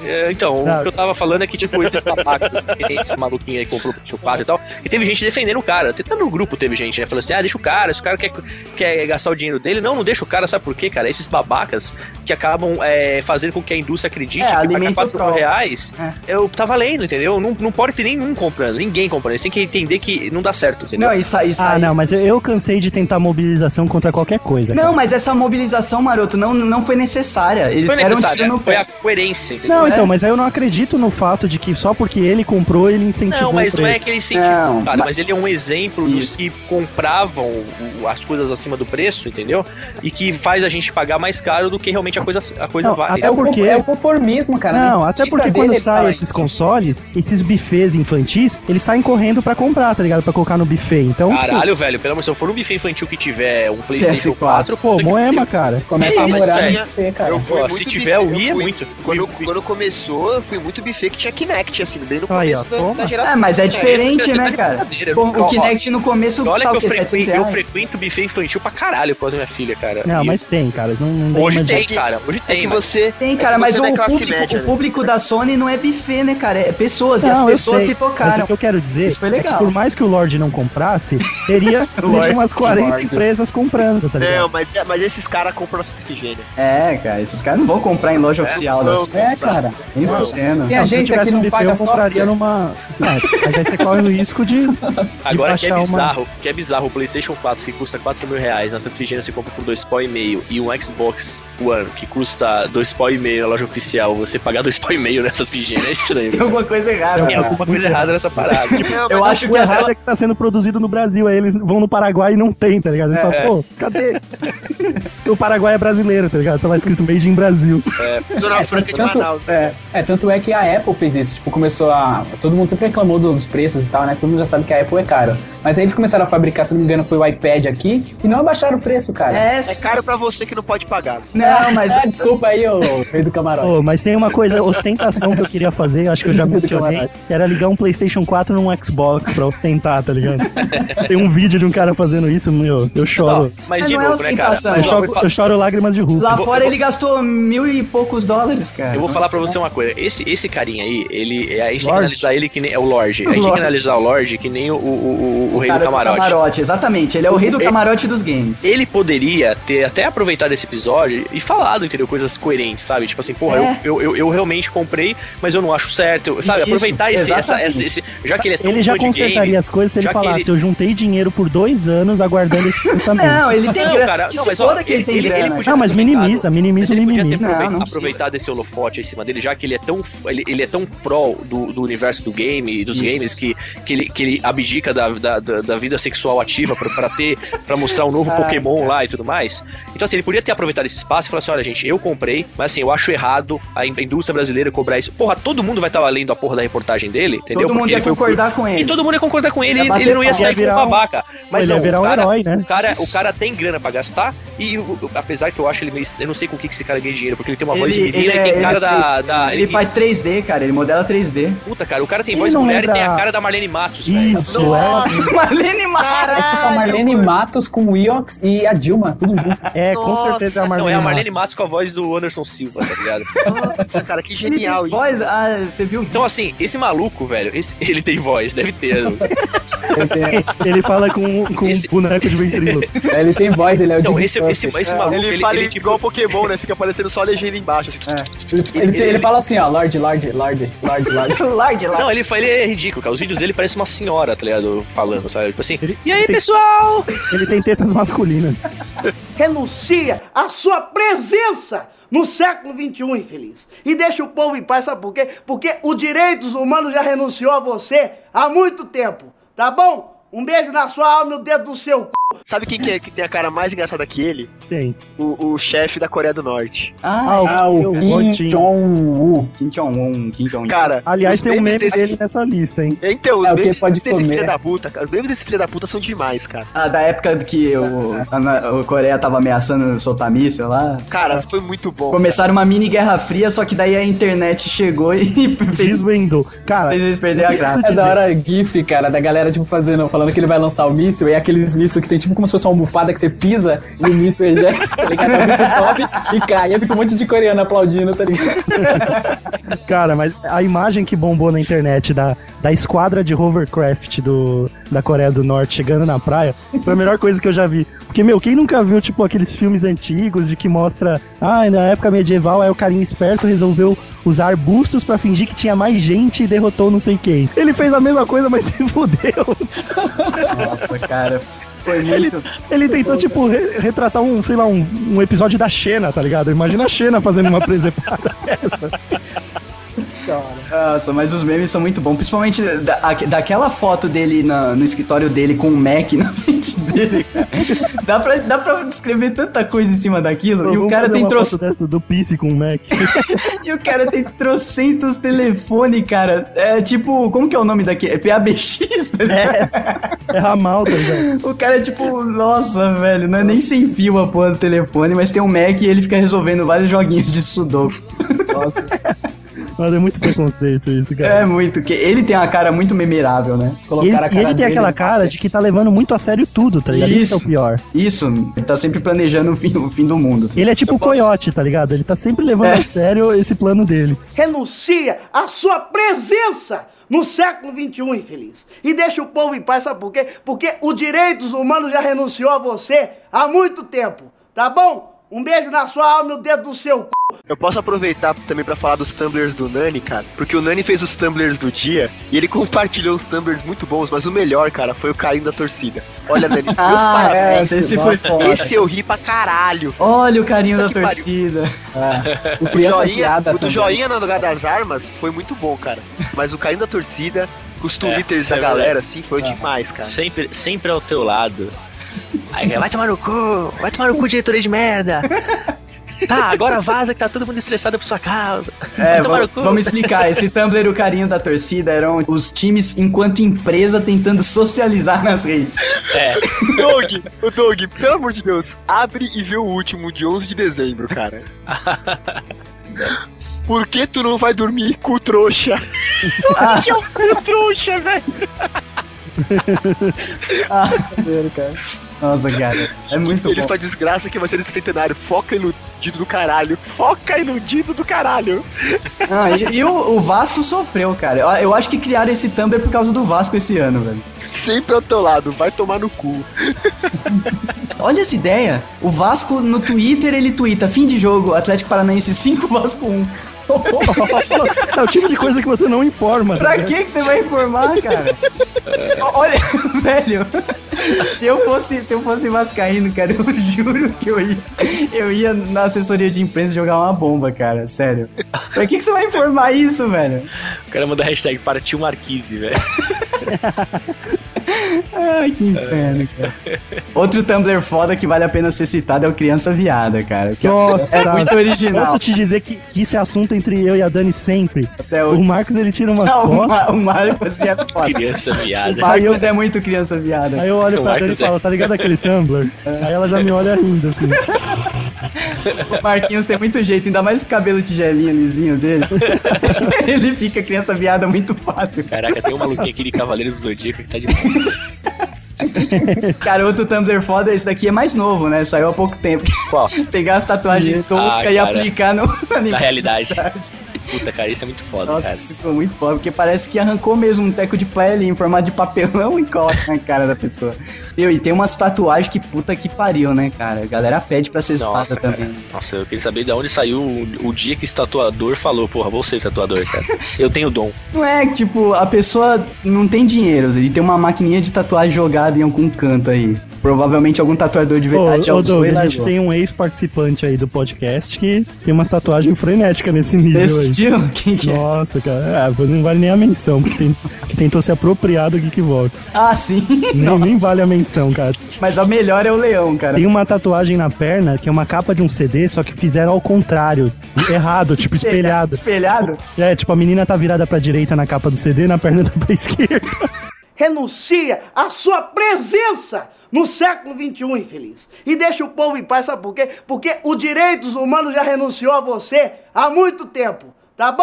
Então, o que eu tava falando é que, tipo, esses babacas, esse maluquinho aí que comprou o PlayStation 4 e tal, e teve gente defendendo o cara. Até no grupo teve gente, né? Falou assim, deixa o cara, se o cara quer gastar o dinheiro dele, não deixa o cara, sabe por quê, cara? Esses babacas que acabam fazendo com que a indústria acredite que pagar 4 reais tá valendo, entendeu? Não pode ter nenhum comprando, ninguém comprando. Eles têm que entender que não dá certo, entendeu? Não, isso aí... não, mas eu cansei de tentar mobilização contra qualquer coisa. Não, cara. Mas essa mobilização, Maroto, não foi necessária. Eles deram um tiro no pé. Foi a coerência, entendeu? Não, então, mas aí eu não acredito no fato de que só porque ele comprou, ele incentivou. Não, mas não é que ele incentivou, cara, mas ele é um exemplo dos que compravam as coisas acima do preço, entendeu? E que faz a gente pagar mais caro do que realmente a coisa vale. Até porque... É o conformismo, cara. Não, até porque quando saem esses consoles, esses buffets infantis, eles saem correndo pra comprar, tá ligado? Pra colocar no buffet, então... Caralho, velho, pelo amor de Deus, se eu for um buffet infantil que tiver um PlayStation 4... Pô, moema, cara. Começa a morar no buffet, cara. Se tiver o Wii, é muito. Quando começou, eu fui muito buffet que tinha Kinect, assim, bem no começo da geração. Mas é diferente, né, cara? O Kinect no começo custava o quê? 700 reais? Eu frequento buffet infantil pra caralho com a minha filha, cara. Não, mas tem, cara. Hoje tem, cara. Hoje tem. Tem, cara, mas o público da Sony não é buffet, né, cara? É pessoas, e as pessoas se tocaram. Mas o que eu quero dizer isso foi legal. É que por mais que o Lorde não comprasse, teria umas 40 empresas comprando, tá ligado? Não, mas esses caras compram a Santa Efigênia. Cara, esses caras não vão comprar em loja oficial da Sony. Cara. Tem a gente aqui não paga software. Eu compraria numa... mas aí você corre o risco de agora que é bizarro, o PlayStation 4 que custa 4 mil reais, na Santa Efigênia você compra por 2,5 pau, e um Xbox One que custa 2,5 pau na loja oficial, você pagar 2,5 pau nessa Efigênia é estranho. Tem alguma coisa errada. Tem alguma coisa errada nessa parada. Eu acho que é que tá sendo produzido no Brasil, aí eles vão no Paraguai e não tem, tá ligado? Eles falam, pô, cadê? O Paraguai é brasileiro, tá ligado? Tá lá escrito Made in Brasil. Zona Franca de Manaus. Tanto é que a Apple fez isso, tipo, começou a... Todo mundo sempre reclamou dos preços e tal, né? Todo mundo já sabe que a Apple é caro. Mas aí eles começaram a fabricar, se não me engano, foi o iPad aqui, e não abaixaram o preço, cara. É caro pra você que não pode pagar. Não, mas... desculpa aí, ô rei do camarote. Mas tem uma coisa, ostentação que eu queria fazer, acho que eu já mencionei, que era ligar um PlayStation 4 num Xbox pra ostentar, tá ligado? Tem um vídeo de um cara fazendo isso, eu choro. Mas de novo, né, cara? Eu choro lágrimas de Hulk. Lá fora ele gastou $1.000 e poucos, cara. Eu vou falar pra você uma coisa. Esse carinha aí, a gente tem que analisar ele que nem... É o Lorde. A gente tem que analisar o Lorde que nem o rei do camarote. Exatamente. Ele é o rei do camarote dos games. Ele poderia ter até aproveitado esse episódio e falado, entendeu? Coisas coerentes, sabe? Tipo assim, porra, eu realmente comprei, mas eu não acho certo. Sabe? Aproveitar esse... Já que ele é tão ele já consertaria as coisas se ele falasse, eu juntei dinheiro por 2 anos aguardando esse pensamento. Não, ele tem grana. Mas olha que ele tem grana. Não, mas minimiza o limite. Não aproveitar desse holofote em cima dele, já que ele é tão pró do universo do game e dos games que ele abdica da vida sexual ativa pra mostrar um novo Pokémon lá e tudo mais. Então assim, ele podia ter aproveitado esse espaço e falar assim, olha gente, eu comprei, mas assim, eu acho errado a indústria brasileira cobrar isso. Porra, todo mundo vai estar lendo a porra da reportagem dele, entendeu? Todo mundo ia concordar com ele. E todo mundo ia concordar com ele, ele não ia sair como babaca. Mas ele ia virar um herói, né? O cara tem grana pra gastar e apesar que eu acho ele meio... Eu não sei com o que esse cara ganha dinheiro, porque ele tem uma voz de menina e tem cara Ele faz 3D, cara, ele modela 3D. Puta, cara, o cara tem voz de mulher e tem a cara da Marlene Matos, velho. Isso, Marlene Matos! Cara, é tipo a Marlene Matos com o Iox e a Dilma, tudo junto. Com certeza é a Marlene Matos. Não, é a Marlene Matos com a voz do Anderson Silva, tá ligado? Nossa, cara, que genial isso. Voz, você viu? Então, assim, esse maluco, velho, ele tem voz, deve ter. Ele fala com um boneco de ventríloco. Ele tem voz, ele é o então, esse maluco, ele fala igual Pokémon, né? Fica aparecendo só a legenda embaixo. Assim. Ele fala assim, ó, Lorde. Não, ele é ridículo, cara. Os vídeos dele parecem uma senhora, tá ligado? Falando, sabe? Tipo assim, e aí, pessoal? Ele tem tetas masculinas. Renuncia à sua presença no século XXI, infeliz. E deixa o povo em paz, sabe por quê? Porque o direitos humanos já renunciou a você há muito tempo, tá bom? Um beijo na sua alma e no dedo do seu c... Sabe quem que tem a cara mais engraçada que ele? Quem? O chefe da Coreia do Norte. O Kim Jong-un. Kim Jong-un. Cara, aliás, tem um meme dele nessa lista, hein? Então, os memes pode desse filho da puta, cara. Os memes desse filho da puta são demais, cara. Da época que a Coreia tava ameaçando soltar míssil lá. Cara, foi muito bom. Começaram uma mini guerra fria, só que daí a internet chegou e desvendou. Cara, fez eles perderem a graça. É da hora GIF, cara, da galera, tipo, falando que ele vai lançar o míssil, e aqueles míssil que tem, tipo como se fosse uma almofada que você pisa e o míssil ejeta, tá ligado? A míssil sobe e cai. Aí fica um monte de coreano aplaudindo, tá ligado? Cara, mas a imagem que bombou na internet da esquadra de hovercraft da Coreia do Norte chegando na praia foi a melhor coisa que eu já vi. Porque, quem nunca viu, tipo, aqueles filmes antigos de que mostra, na época medieval, aí o carinha esperto resolveu usar arbustos pra fingir que tinha mais gente e derrotou não sei quem. Ele fez a mesma coisa, mas se fudeu. Nossa, cara. Foi muito... Ele tentou, tipo, retratar um episódio da Xena, tá ligado? Imagina a Xena fazendo uma presepada dessa. Nossa, mas os memes são muito bons. Principalmente daquela foto dele no escritório dele com o Mac na frente dele, cara. Dá pra descrever tanta coisa em cima daquilo. E o cara tem dessa do Pisse com o Mac. E o cara tem trocentos telefones, cara. É tipo, como que é o nome daquele? É PABX, tá ligado? É ramal, tá ligado? O cara é tipo, nossa, velho, não é nem sem fio a porra do telefone, mas tem um Mac e ele fica resolvendo vários joguinhos de Sudoku. Nossa. Mas é muito preconceito isso, cara. É muito, que ele tem uma cara muito memorável, né? E ele tem aquela cara de que tá levando muito a sério tudo, tá ligado? Isso é o pior. Isso, ele tá sempre planejando o fim do mundo. Ele é tipo o Coyote, tá ligado? Ele tá sempre levando a sério esse plano dele. Renuncia à sua presença no século XXI, infeliz. E deixa o povo em paz, sabe por quê? Porque o Direitos Humanos já renunciou a você há muito tempo, tá bom? Um beijo na sua alma e o dedo no seu c... Eu posso aproveitar também pra falar dos tumblers do Nani, cara, porque o Nani fez os tumblers do dia e ele compartilhou os tumblers muito bons, mas o melhor, cara, foi o carinho da torcida. Olha, Nani, meus parabéns. Esse foi foda. Esse eu ri pra caralho. Olha o carinho da torcida. O do joinha no lugar das armas foi muito bom, cara. Mas o carinho da torcida, os twitters da galera, assim, foi demais, cara. Sempre ao teu lado. Aí, vai tomar no cu, diretoria de merda. Tá, agora vaza que tá todo mundo estressado por sua causa. Vamos explicar. Esse Tumblr, o carinho da torcida, eram os times enquanto empresa tentando socializar nas redes. Doug, pelo amor de Deus, abre e vê o último de 11 de dezembro, cara. Por que tu não vai dormir, cu trouxa? Que é o cu trouxa, velho? Cara. Nossa, cara, é muito Eles com a desgraça que vai ser esse centenário. Foca iludido do caralho. E o Vasco sofreu, cara. Eu acho que criaram esse Tumblr por causa do Vasco esse ano, velho. Sempre ao teu lado, vai tomar no cu. Olha essa ideia. O Vasco no Twitter, ele tuita: fim de jogo, Atlético Paranaense 5, Vasco 1. É o tipo de coisa que você não informa. Pra que você vai informar, cara? Olha, velho, se eu fosse vascaíno, cara, eu juro que eu ia na assessoria de imprensa jogar uma bomba, cara, sério. Pra que você vai informar isso, velho? O cara manda hashtag partiu Marquise, velho. Ai, que inferno, cara. Outro Tumblr foda que vale a pena ser citado é o Criança Viada, cara. Nossa, é muito original. Posso te dizer que isso é assunto entre eu e a Dani sempre. Até o Marcos, ele tira umas fotos. O Marcos é foda. Criança Viada. O Marcos é muito Criança Viada. Aí eu olho pra Dani e falo, tá ligado aquele Tumblr? Aí ela já me olha rindo, assim. O Marquinhos tem muito jeito, ainda mais o cabelo tigelinha lisinho dele. Ele fica Criança Viada muito fácil. Caraca, tem um maluquinho aqui de Cavaleiros do Zodíaco que tá de boa. Cara, outro Tumblr foda, esse daqui é mais novo, né? Saiu há pouco tempo. Qual? Pegar as tatuagens toscas e aplicar na realidade. Puta, cara, isso é muito foda, Nossa, cara. Isso ficou muito foda, porque parece que arrancou mesmo um teco de pele em formato de papelão e coloca na cara da pessoa. E tem umas tatuagens que puta que pariu, né, cara? A galera pede pra ser espada também. Nossa, eu queria saber de onde saiu o dia que esse tatuador falou, porra, vou ser tatuador, cara. Eu tenho dom. Não é, tipo, a pessoa não tem dinheiro e tem uma maquininha de tatuagem jogada em algum canto aí. Provavelmente algum tatuador de verdade já usou e largou. A gente tem um ex-participante aí do podcast que tem uma tatuagem frenética nesse nível. Nesse estilo? Quem que é? Nossa, cara, não vale nem a menção, porque tentou se apropriar do Geekvox. Ah, sim? Nem vale a menção, cara. Mas a melhor é o leão, cara. Tem uma tatuagem na perna que é uma capa de um CD, só que fizeram ao contrário. Errado, tipo espelhado. Espelhado? É, tipo a menina tá virada pra direita na capa do CD, na perna tá pra esquerda. Renuncia à sua presença no século XXI, infeliz. E deixa o povo em paz, sabe por quê? Porque o Direitos Humanos já renunciou a você há muito tempo, tá bom?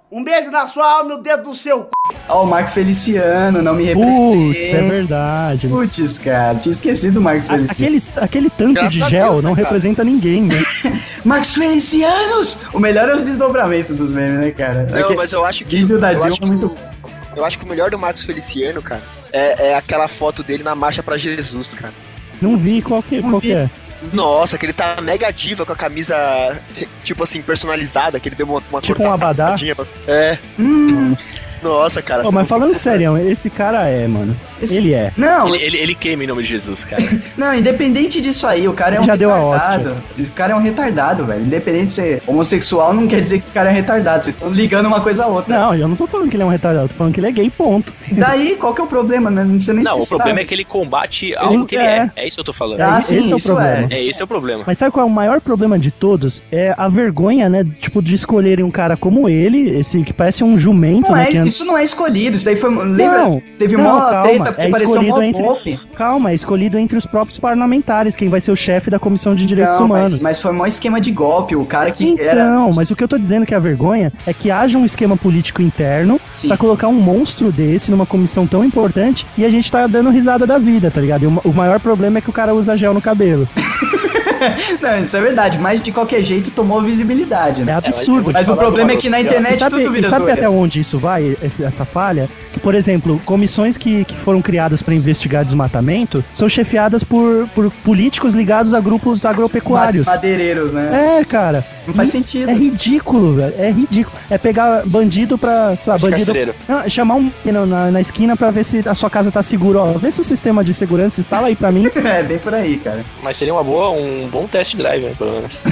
Um beijo na sua alma e no dedo do seu c... Ó, o Marco Feliciano, não me representa. Putz, é verdade. Putz, cara, tinha esquecido o Marcos Feliciano. Aquele tanto de gel não representa ninguém, né? Marcos Felicianos! O melhor é os desdobramentos dos memes, né, cara? Não, mas eu acho que... Vídeo da Dilma é muito... Eu acho que o melhor do Marcos Feliciano, cara, é aquela foto dele na marcha pra Jesus, cara. Não vi, qual que é? Nossa, que ele tá mega diva com a camisa, tipo assim, personalizada, que ele deu uma tipo um abadá? É. Nossa, cara. Mas falando sério, esse cara mano. Ele é. Não. Ele queima em nome de Jesus, cara. Não, independente disso aí, o cara é um já retardado. Deu a Esse cara é um retardado, velho. Independente de ser homossexual, não quer dizer que o cara é retardado. Vocês estão ligando uma coisa a outra. Não, eu não tô falando que ele é um retardado, tô falando que ele é gay, ponto. Daí, qual que é o problema? Não precisa nem o problema é que ele combate algo que ele é. É isso que eu tô falando. Sim, esse é o problema. Esse é o problema. Mas sabe qual é o maior problema de todos? É a vergonha, né? Tipo, de escolherem um cara como ele, esse que parece um jumento, né? Isso não é escolhido. Isso daí foi. Lembra? Teve uma treta porque parecia um golpe. Calma, é escolhido entre os próprios parlamentares, quem vai ser o chefe da Comissão de Direitos Humanos. Mas foi um esquema de golpe, o cara que Não, mas o que eu tô dizendo que é a vergonha é que haja um esquema político interno pra colocar um monstro desse numa comissão tão importante e a gente tá dando risada da vida, tá ligado? E o maior problema é que o cara usa gel no cabelo. Não, isso é verdade, mas de qualquer jeito tomou visibilidade, né? É absurdo. Mas o problema é que na internet tudo vira sabe até onde isso vai, essa falha? Que, por exemplo, comissões que foram criadas para investigar desmatamento são chefiadas por políticos ligados a grupos agropecuários. Madeireiros, né? É, cara. Não faz sentido. É ridículo, velho. É ridículo. É pegar bandido pra... chamar um na esquina pra ver se a sua casa tá segura. Ó, vê se o sistema de segurança instala aí pra mim. É, bem por aí, cara. Mas seria um bom test drive, né, pelo menos.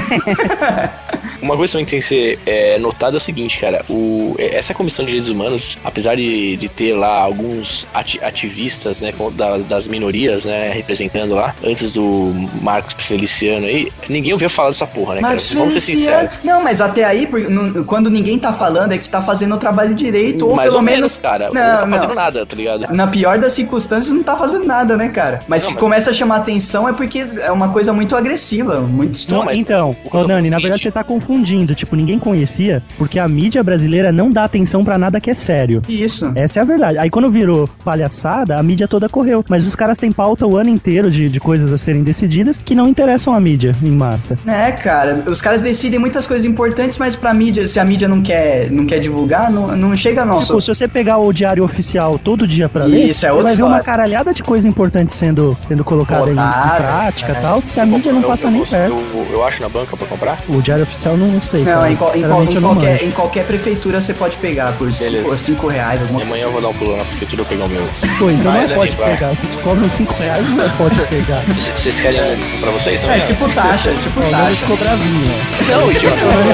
Uma coisa também que tem que ser notada é o seguinte, cara. Essa Comissão de Direitos Humanos, apesar de ter lá alguns ativistas, né, das minorias, né, representando lá, antes do Marcos Feliciano aí, ninguém ouviu falar dessa porra, né, cara? Vamos ser sinceros. Não, mas até aí, quando ninguém tá falando, é que tá fazendo o trabalho direito, ou mais pelo ou menos, cara. Não tá fazendo nada, tá ligado? Na pior das circunstâncias, não tá fazendo nada, né, cara? Mas se começa a chamar atenção, é porque é uma coisa muito agressiva, muito estranha. Então, Nani, na verdade você tá confundindo. Tipo, ninguém conhecia, porque a mídia brasileira não dá atenção pra nada que é sério. Isso. Essa é a verdade. Aí quando virou palhaçada, a mídia toda correu. Mas os caras têm pauta o ano inteiro de coisas a serem decididas que não interessam a mídia em massa. É, cara, os caras decidem muitas coisas importantes, mas pra mídia, se a mídia não quer divulgar, não chega a nossa. Tipo, se você pegar o Diário Oficial todo dia pra ler, você vai ver uma caralhada de coisa importante sendo colocada em prática e tal, que a mídia não passa nem perto. Eu acho na banca pra comprar? O Diário Oficial não sei. Não, em qualquer prefeitura você pode pegar por R$5, alguma coisa. Amanhã eu vou dar um pulo na prefeitura pegar o meu. Pô, então não pode pegar. Se te cobram R$5, não pode pegar. Vocês querem pra vocês também? É tipo taxa, tipo taxa. Não, ficou bravinho. Não, tipo,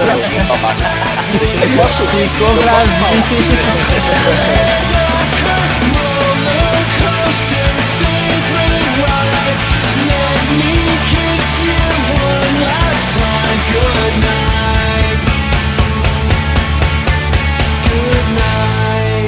ficou bravinho. Good night. Good night.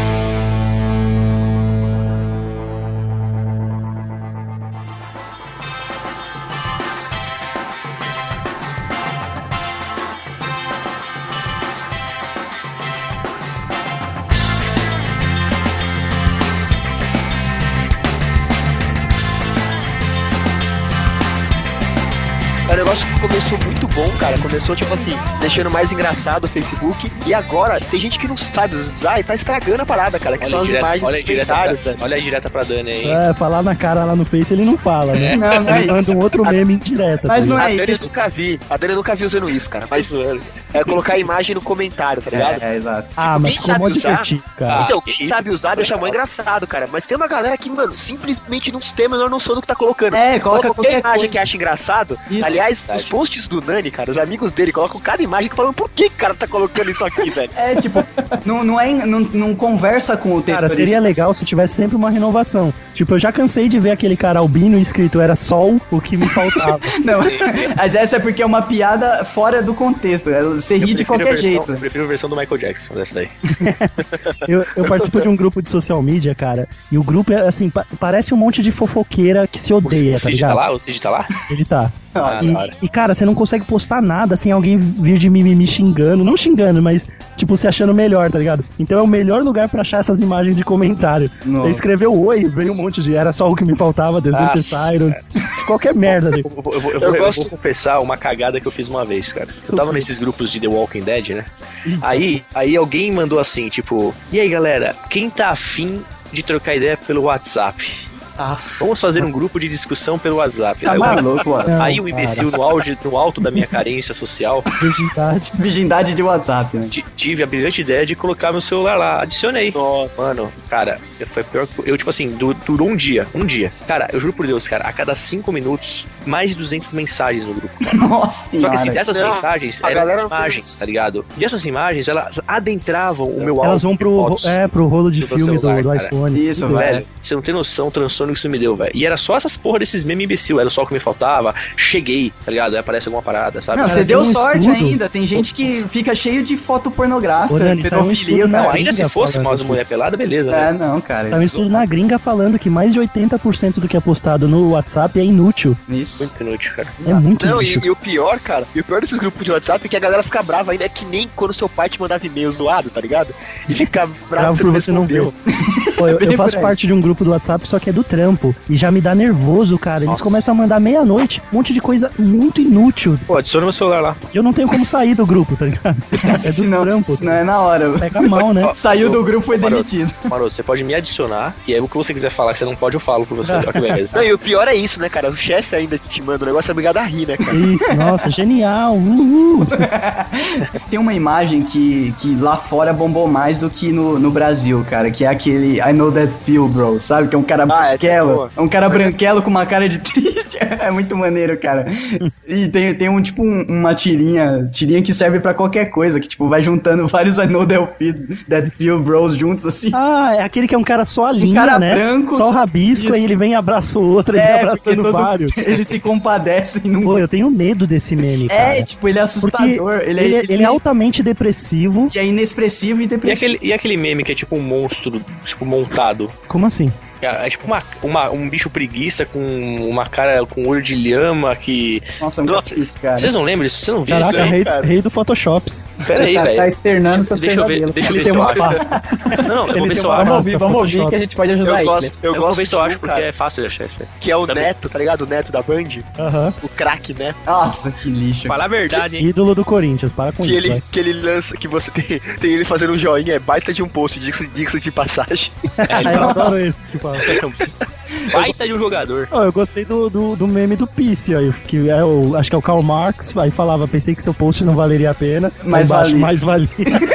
O negócio começou muito bom, cara. Começou, tipo assim, deixando mais engraçado o Facebook. E agora, tem gente que não sabe usar e tá estragando a parada, cara. Que são as imagens dos comentários, né? Olha a direta pra Dani aí. Falar na cara lá no Face, ele não fala, né? Não é ele manda um outro meme indireta. Mas não é isso. A Dani nunca vi usando isso, cara. Mas é colocar a imagem no comentário, tá ligado? Exato. Mas quem sabe usar, cara. Então, quem sabe usar deixa mó engraçado, cara. Mas tem uma galera que, mano, simplesmente não tem a menor noção do que tá colocando. Coloca qualquer imagem coisa que acha engraçado. Isso. Aliás, os posts do Nani, cara, os amigos dele colocam cada imagem falando por que o cara tá colocando isso aqui, velho. Tipo, não conversa com o texto. Cara, seria legal se tivesse sempre uma renovação. Tipo, eu já cansei de ver aquele cara albino escrito era sol o que me faltava. Não, mas essa é porque é uma piada fora do contexto. Você ri de qualquer jeito. Eu prefiro a versão do Michael Jackson dessa daí. eu participo de um grupo de social media, cara, e o grupo é assim, parece um monte de fofoqueira que se odeia, tá ligado? O Cid tá lá? Ele tá. E, cara, você não consegue postar nada sem alguém vir de mimimi xingando. Não xingando, mas, tipo, se achando melhor, tá ligado? Então é o melhor lugar pra achar essas imagens de comentário. Ele escreveu oi, veio um monte de... Era só o que me faltava, desnecessário. Qualquer merda. Eu vou confessar uma cagada que eu fiz uma vez, cara. Eu tava nesses grupos de The Walking Dead, né? Aí alguém mandou assim, tipo... E aí, galera, quem tá afim de trocar ideia pelo WhatsApp? Vamos fazer um grupo de discussão pelo WhatsApp. Tá maluco, mano. Aí o imbecil, no alto da minha carência social... Virgindade de WhatsApp, né? Tive a brilhante ideia de colocar meu celular lá. Adicionei. Nossa. Mano, cara, foi pior que... Eu, tipo assim, durou um dia. Cara, eu juro por Deus, cara, a cada 5 minutos, mais de 200 mensagens no grupo. Nossa senhora. Só que assim, dessas mensagens eram imagens, tá ligado? E essas imagens, elas adentravam o meu áudio. Elas vão pro rolo de filme celular, do iPhone. Isso, velho. Você não tem noção, transtorno que isso me deu, velho. E era só essas porra desses memes imbecil. Era só o que me faltava. Cheguei, tá ligado? Aí aparece alguma parada, sabe? Não, você deu sorte ainda. Tem gente que fica cheio de foto pornográfica, pedofilia. Não, ainda se fosse uma mulher pelada, beleza. Não, cara. Saiu um estudo na gringa falando que mais de 80% do que é postado no WhatsApp é inútil. Isso. Muito inútil, cara. É muito inútil. E o pior, cara, desses grupos de WhatsApp é que a galera fica brava ainda. É que nem quando seu pai te mandava e-mail zoado, tá ligado? E fica bravo por você não ver. Eu faço parte de um grupo do WhatsApp, só que é do trampo. E já me dá nervoso, cara. Eles começam a mandar meia-noite um monte de coisa muito inútil. Pô, adiciona meu celular lá. Eu não tenho como sair do grupo, tá ligado? É do trampo. Senão é na hora. Pega mal, né? Saiu do grupo, foi demitido. Maroto, você pode me adicionar. E aí o que você quiser falar que você não pode, eu falo por você. Não, e o pior é isso, né, cara? O chefe ainda te manda o negócio, é obrigado a rir, né, cara? Isso, nossa, genial. Tem uma imagem que lá fora bombou mais do que no Brasil, cara. Que é aquele I Know That Feel, Bro. Sabe? Que é um cara branquelo. É um cara branquelo com uma cara de triste. É muito maneiro, cara. E tem um tipo uma tirinha que serve pra qualquer coisa. Que tipo, vai juntando vários I Know That Feel Bros juntos, assim. É aquele que é um cara só a linha, cara né? branco. Só o rabisco, aí ele vem e abraça o outro, ele vem abraçando vários. Eles se compadecem num... Pô, eu tenho medo desse meme, cara. Tipo, ele é assustador. Ele é altamente depressivo. E é inexpressivo e depressivo. E aquele meme que é tipo um monstro, tipo, montado? Como assim? É tipo um bicho preguiça com uma cara com olho de lhama que... Nossa, não é isso, cara. Vocês não lembram disso? Você não viu isso aí? Rei do Photoshops. Pera aí, velho. Tá externando seus pesadelos. Deixa eu ver se eu acho. Não, eu vou ver se eu acho. Vamos ouvir que a gente pode ajudar ele. Eu vou ver se eu acho, porque é fácil de achar isso aí. Que é o Neto, tá ligado? O Neto da Band. O craque, né? Nossa, que lixo. Fala a verdade, hein? Ídolo do Corinthians, para com isso. Que ele lança, que você tem ele fazendo um joinha, é baita de um post, diga-se de passagem. Eu adoro esse que fala. Baita de um jogador. Eu gostei do meme do Pisse aí, que é acho que é o Karl Marx, aí falava, pensei que seu post não valeria a pena, mas mais valia.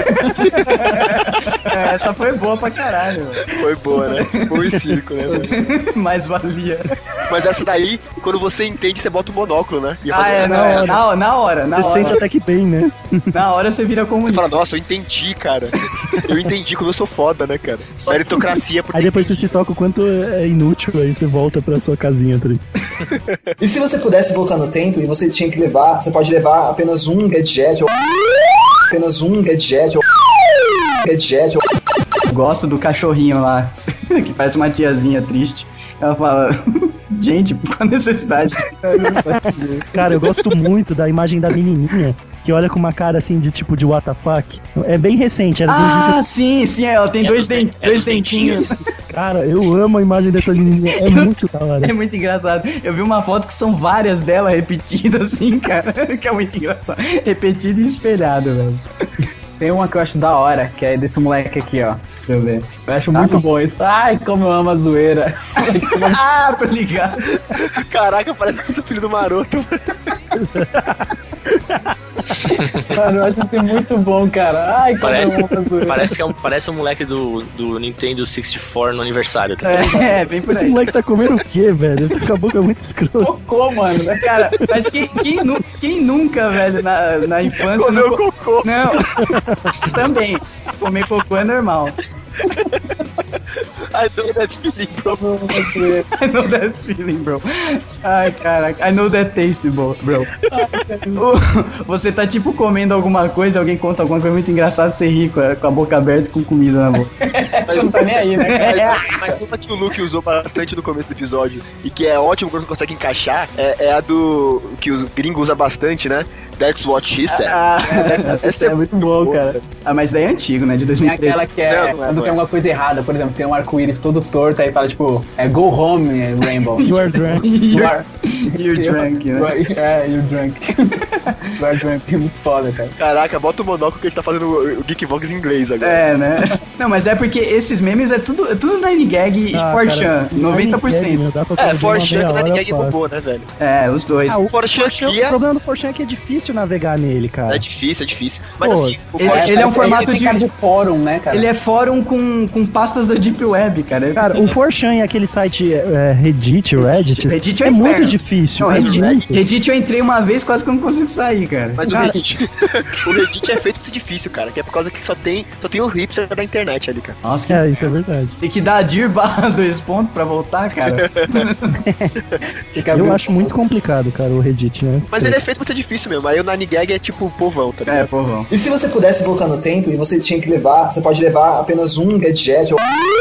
Essa foi boa pra caralho. Foi boa, né? Foi um circo, né? Mais valia. Mas essa daí, quando você entende, você bota o monóculo, né? Na hora. Você sente até que bem, né? Na hora você vira comunista. Você fala, nossa, eu entendi, cara. Eu entendi como eu sou foda, né, cara? Meritocracia. Aí depois você se toca o quanto é inútil, aí você volta pra sua casinha, tá? E se você pudesse voltar no tempo e você tinha que levar, você pode levar apenas um gadget, Eu gosto do cachorrinho lá, que parece uma tiazinha triste. Ela fala, gente, qual a necessidade? Cara, eu gosto muito da imagem da menininha que olha com uma cara assim de tipo de what the fuck. É bem recente. Sim, ela tem dois dentinhos. Cara, eu amo a imagem dessa menininha. É muito da hora. É muito engraçado. Eu vi uma foto que são várias dela repetidas assim, cara. Que é muito engraçado. Repetido e espelhado, velho. Tem uma que eu acho da hora, que é desse moleque aqui, ó. Deixa eu ver. Eu acho muito bom isso. Ai, como eu amo a zoeira. Tô ligado. Caraca, parece que eu sou filho do Maroto. Mano, eu acho isso muito bom, cara. Ai, como eu amo a zoeira. Parece um moleque do Nintendo 64 no aniversário. Tá? Bem por aí. Esse moleque tá comendo o quê, velho? Ele tá com a boca muito escrota. Cocô, mano. Cara, mas quem nunca, velho, na infância... Comeu cocô. Não, também. Comer cocô é normal. I know that feeling, bro. I know that feeling, bro. Ai, caraca. I know that taste, bro. Você tá tipo comendo alguma coisa, alguém conta alguma coisa muito engraçada, você ri com a boca aberta e com comida na boca. você não tá nem aí, né, cara? Mas uma que o Luke usou bastante no começo do episódio e que é ótimo quando você consegue encaixar é a do que os gringos usam bastante, né? That's what she said. Essa é muito boa, cara. Mas daí é antigo, né? De Tem 2013. aquela que é quando tem alguma coisa errada, por exemplo, tem um arco-íris todo torto, aí fala tipo, go home, Rainbow. You are drunk. You're drunk, né? You're drunk. You are drunk, é muito foda, cara. Caraca, bota o monóculo que a gente tá fazendo o Geekvox em inglês agora. É, né? Não, mas é porque esses memes é tudo 9gag e 4chan, 90%. 4chan que 9gag roubou, né, velho? É, os dois. O 4chan, o problema do 4chan é que é difícil navegar nele, cara. É difícil. Mas assim, ele é um formato de fórum, né, cara? Ele é fórum com pastas da Deep Web, cara. Cara, o 4chan e aquele site Reddit Reddit é muito difícil. Não, Reddit eu entrei uma vez, quase que eu não consigo sair, cara. Mas cara, o Reddit é feito pra ser difícil, cara. Que é por causa que só tem o hipster da internet ali, cara. Nossa, isso é verdade. Tem que dar dir/2 pontos pra voltar, cara. Eu acho muito complicado, cara, o Reddit, né? Mas ele é feito pra ser difícil mesmo. Aí o 9gag é tipo povão, tá ligado? É, povão. E se você pudesse voltar no tempo e você tinha que levar, você pode levar apenas um gadget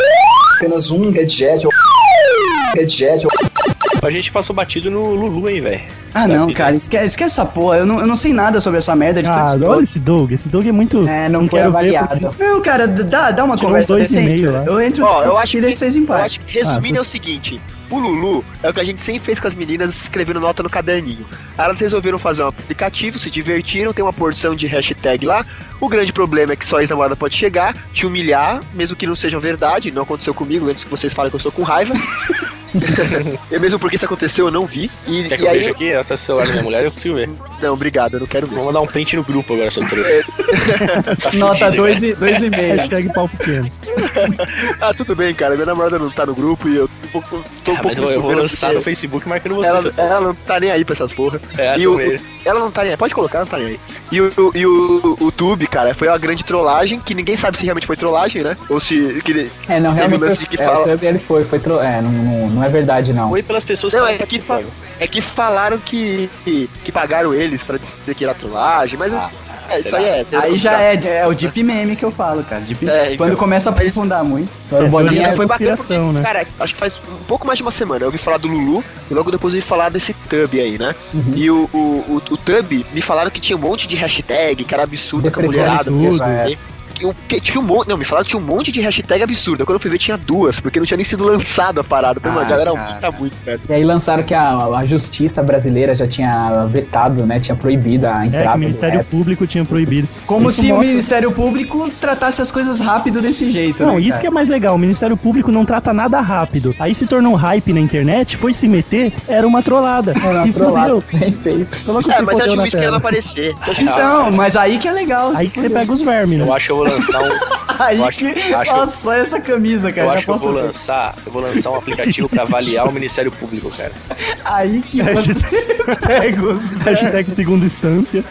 A gente passou batido no Lulu, hein, velho. Ah, não, cara, esquece essa porra. Eu não sei nada sobre essa merda de olha esse Doug. Esse Doug é muito. Não foi avaliado. Não, cara, dá uma conversa decente. Eu entro aqui e deixo vocês em paz. Eu acho que, resumindo, é o seguinte: o Lulu é o que a gente sempre fez com as meninas, escrevendo nota no caderninho. Aí elas resolveram fazer um aplicativo, se divertiram, tem uma porção de hashtag lá. O grande problema é que só a ex-namorada pode chegar, te humilhar, mesmo que não sejam verdade. Não aconteceu comigo, antes que vocês falem que eu estou com raiva. Mesmo porque isso aconteceu, eu não vi. Quer que eu veja aqui? Essa celular da minha mulher, eu consigo ver. Não, obrigado, eu não quero ver. Vou mandar um print no grupo agora, seu truque. Tá nota 2,5. Hashtag pau pequeno. Tudo bem, cara. Minha namorada não tá no grupo e eu tô um pouco... Mas eu vou lançar no Facebook marcando você. Ela não tá nem aí pra essas porra. Ela não tá nem aí. Pode colocar, não tá nem aí. E o Tube, cara, foi uma grande trollagem, que ninguém sabe se realmente foi trollagem, né? Ou se... não, realmente ele foi não é verdade, não. Foi pelas pessoas que... É que falaram que pagaram eles pra dizer que era trollagem, mas... isso aí aí já é o deep meme que eu falo, cara. Quando começa a aprofundar muito. Foi bacana, porque, né? Cara, acho que faz um pouco mais de uma semana eu ouvi falar do Lulu e logo depois eu ouvi falar desse Tub aí, né? E o Tub me falaram que tinha um monte de hashtag, que era absurdo, que a mulherada me falaram que tinha um monte de hashtag absurda. Quando eu fui ver, tinha 2, porque não tinha nem sido lançado a parada. Então, a galera aumenta muito, velho. E aí lançaram que a justiça brasileira já tinha vetado, né? Tinha proibido a entrada. Que o Ministério Público tinha proibido. Como se o Ministério Público tratasse as coisas rápido desse jeito. Não, né, isso que é mais legal. O Ministério Público não trata nada rápido. Aí se tornou um hype na internet, foi se meter, era uma trollada. Se fudeu. Bem feito. Mas eu acho que querendo aparecer. Então, mas aí que é legal. Aí que você pega os vermes, né? Eu acho que eu vou lançar Nossa, essa camisa, cara. Eu acho que eu vou lançar um aplicativo pra avaliar o Ministério Público, cara. Aí que você pega os hashtag segunda instância.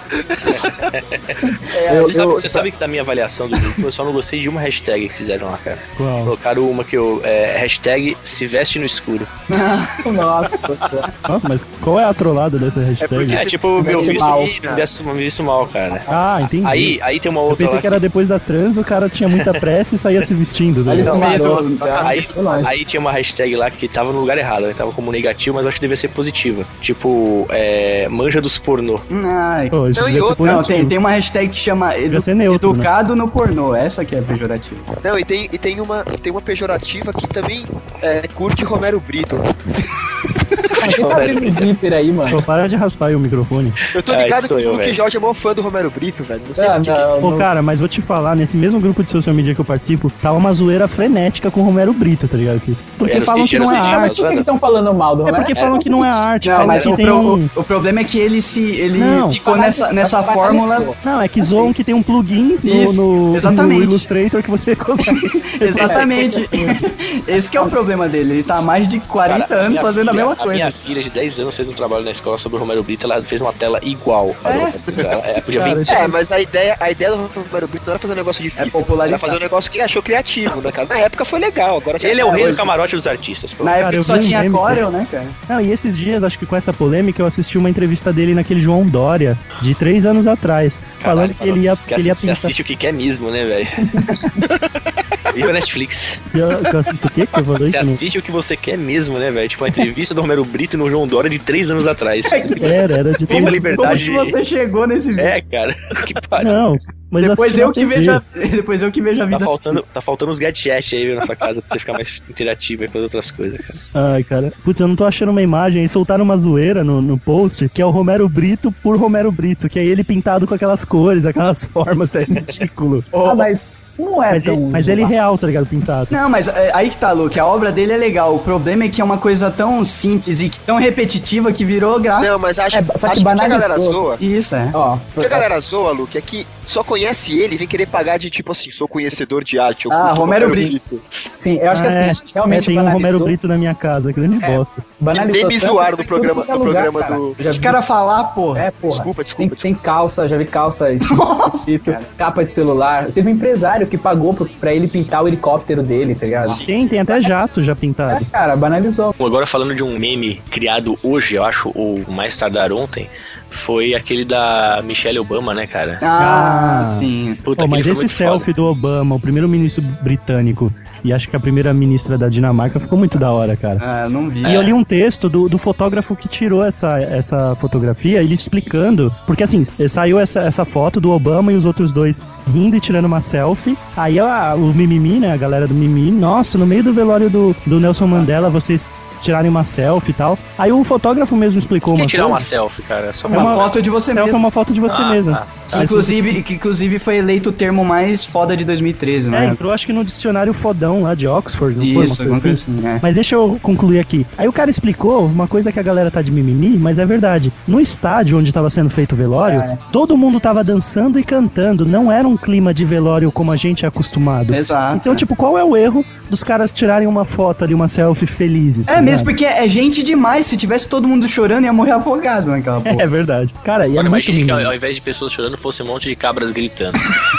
Você sabe que da minha avaliação do grupo, eu só não gostei de uma hashtag que fizeram lá, cara. Qual? Colocaram uma que hashtag se veste no escuro. Nossa, mas qual é a trollada dessa hashtag? Tipo, me visto mal, cara. Entendi. Aí tem uma outra. Eu pensei que era depois da trans, o cara tinha muita pressa e saía se vestindo. Né? Aí tinha uma hashtag lá que tava no lugar errado, né? Tava como negativo, mas eu acho que devia ser positiva. Tipo, manja dos pornô. Tem uma hashtag que chama educado no pornô. Essa aqui é pejorativa. Não, e tem uma pejorativa que também curte Romero Brito. Quem tá abrindo o zíper aí, mano? Pô, para de raspar aí o microfone. Eu tô ligado que o Jorge é mó fã do Romero Brito, velho. Não sei cara, mas vou te falar, nesse mesmo grupo de social media que eu participo, tá uma zoeira frenética com o Romero Brito, tá ligado? Porque falam que não é arte. Mas por que estão falando mal do Romero? É porque falam que não é arte. Não, mas o problema é que ele ficou nessa fórmula. Não, é que zoam que tem um plugin no Illustrator que você consegue. Exatamente. Esse que é o problema dele. Ele tá há mais de 40 anos fazendo a mesma coisa. A minha filha de 10 anos fez um trabalho na escola sobre o Romero Brito, ela fez uma tela igual. Podia vir. Mas a ideia do Romero Brito não era fazer um negócio difícil. Era fazer um negócio que ele achou criativo, né, cara? Na época foi legal. Agora ele é o rei do camarote dos artistas. Na época só tinha Corel, né, cara? Não, e esses dias, acho que com essa polêmica, eu assisti uma entrevista dele naquele João Dória, de 3 anos atrás, falando que ele ia Você assiste o que quer mesmo, né, velho? Viva Netflix. Eu assisto o quê que você falou? Você assiste o que você quer mesmo, né, velho? Tipo, uma entrevista do Romero Brito no João Dória de 3 anos atrás. Era de Viva a liberdade. Como que você chegou nesse vídeo? É, cara. Que pariu. Não, mas depois eu que vejo a vida. Tá faltando uns gadgets aí na sua casa pra você ficar mais interativo aí com as outras coisas, cara. Ai, cara. Putz, eu não tô achando uma imagem. Aí soltaram uma zoeira no post, que é o Romero Brito por Romero Brito, que é ele pintado com aquelas cores, aquelas formas, é ridículo. Mas não é mas ele real, tá ligado? Pintado. Não, mas aí que tá, Luke. A obra dele é legal. O problema é que é uma coisa tão simples e tão repetitiva que virou graça. Não, mas acho que a galera zoa. Isso, é. O que a galera zoa, Luke, é que só conhece ele e vem querer pagar de tipo assim, sou conhecedor de arte. Romero Brito. Sim, eu acho que assim, realmente tem um Romero Brito na minha casa, grande bosta. Nem me zoaram no programa, do... Os caras falar, porra. Porra. Desculpa. Tem calça, já vi calça escrito, capa de celular. Teve um empresário que pagou pra ele pintar o helicóptero dele, tá ligado? Tem até jato já pintado. Cara, banalizou. Agora falando de um meme criado hoje, eu acho, ou mais tardar ontem, foi aquele da Michelle Obama, né, cara? Sim. Puta, mas esse selfie do Obama, o primeiro-ministro britânico, e acho que a primeira-ministra da Dinamarca, ficou muito da hora, cara. Não vi. E eu li um texto do fotógrafo que tirou essa fotografia, ele explicando, porque assim, saiu essa foto do Obama e os outros dois rindo e tirando uma selfie, aí o mimimi, né, a galera do mimimi, nossa, no meio do velório do Nelson Mandela, vocês tirarem uma selfie e tal. Aí o fotógrafo mesmo explicou uma tirar uma selfie, cara? É só uma foto de você mesmo. É uma foto de você mesmo. Que inclusive foi eleito o termo mais foda de 2013, né? Entrou acho que no dicionário fodão lá de Oxford. Isso, assim. Mas deixa eu concluir aqui. Aí o cara explicou uma coisa que a galera tá de mimimi, mas é verdade. No estádio onde tava sendo feito o velório, todo mundo tava dançando e cantando. Não era um clima de velório como a gente é acostumado. Exato. Então, tipo, qual é o erro dos caras tirarem uma foto ali, uma selfie felizes? Mesmo porque é gente demais. Se tivesse todo mundo chorando, ia morrer afogado naquela porra. É verdade. Cara, e agora imagine que ao invés de pessoas chorando, fosse um monte de cabras gritando.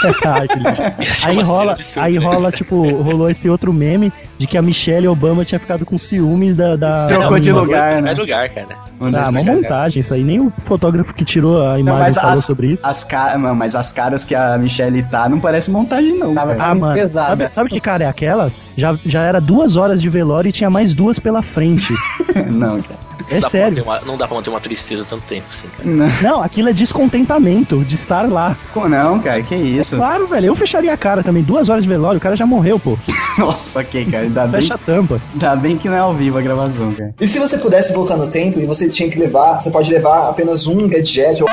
Aí rola, tipo, rolou esse outro meme de que a Michelle Obama tinha ficado com ciúmes da Trocou de lugar, né? Lugar, cara. Uma montagem, isso aí. Nem o fotógrafo que tirou a imagem falou sobre isso. Mas as caras que a Michelle tá não parece montagem, não. Mano, sabe que cara é aquela? Já era 2 horas de velório e tinha mais 2 pela frente. Não, cara. É sério. Não dá pra manter uma tristeza tanto tempo assim, cara. Não, aquilo é descontentamento de estar lá. Como não, cara? Que isso? Claro, velho. Eu fecharia a cara também. 2 horas de velório, o cara já morreu, pô. Nossa, cara. Fecha a tampa. Ainda bem que não é ao vivo a gravação, cara. E se você pudesse voltar no tempo e você tinha que levar, você pode levar apenas um gadget.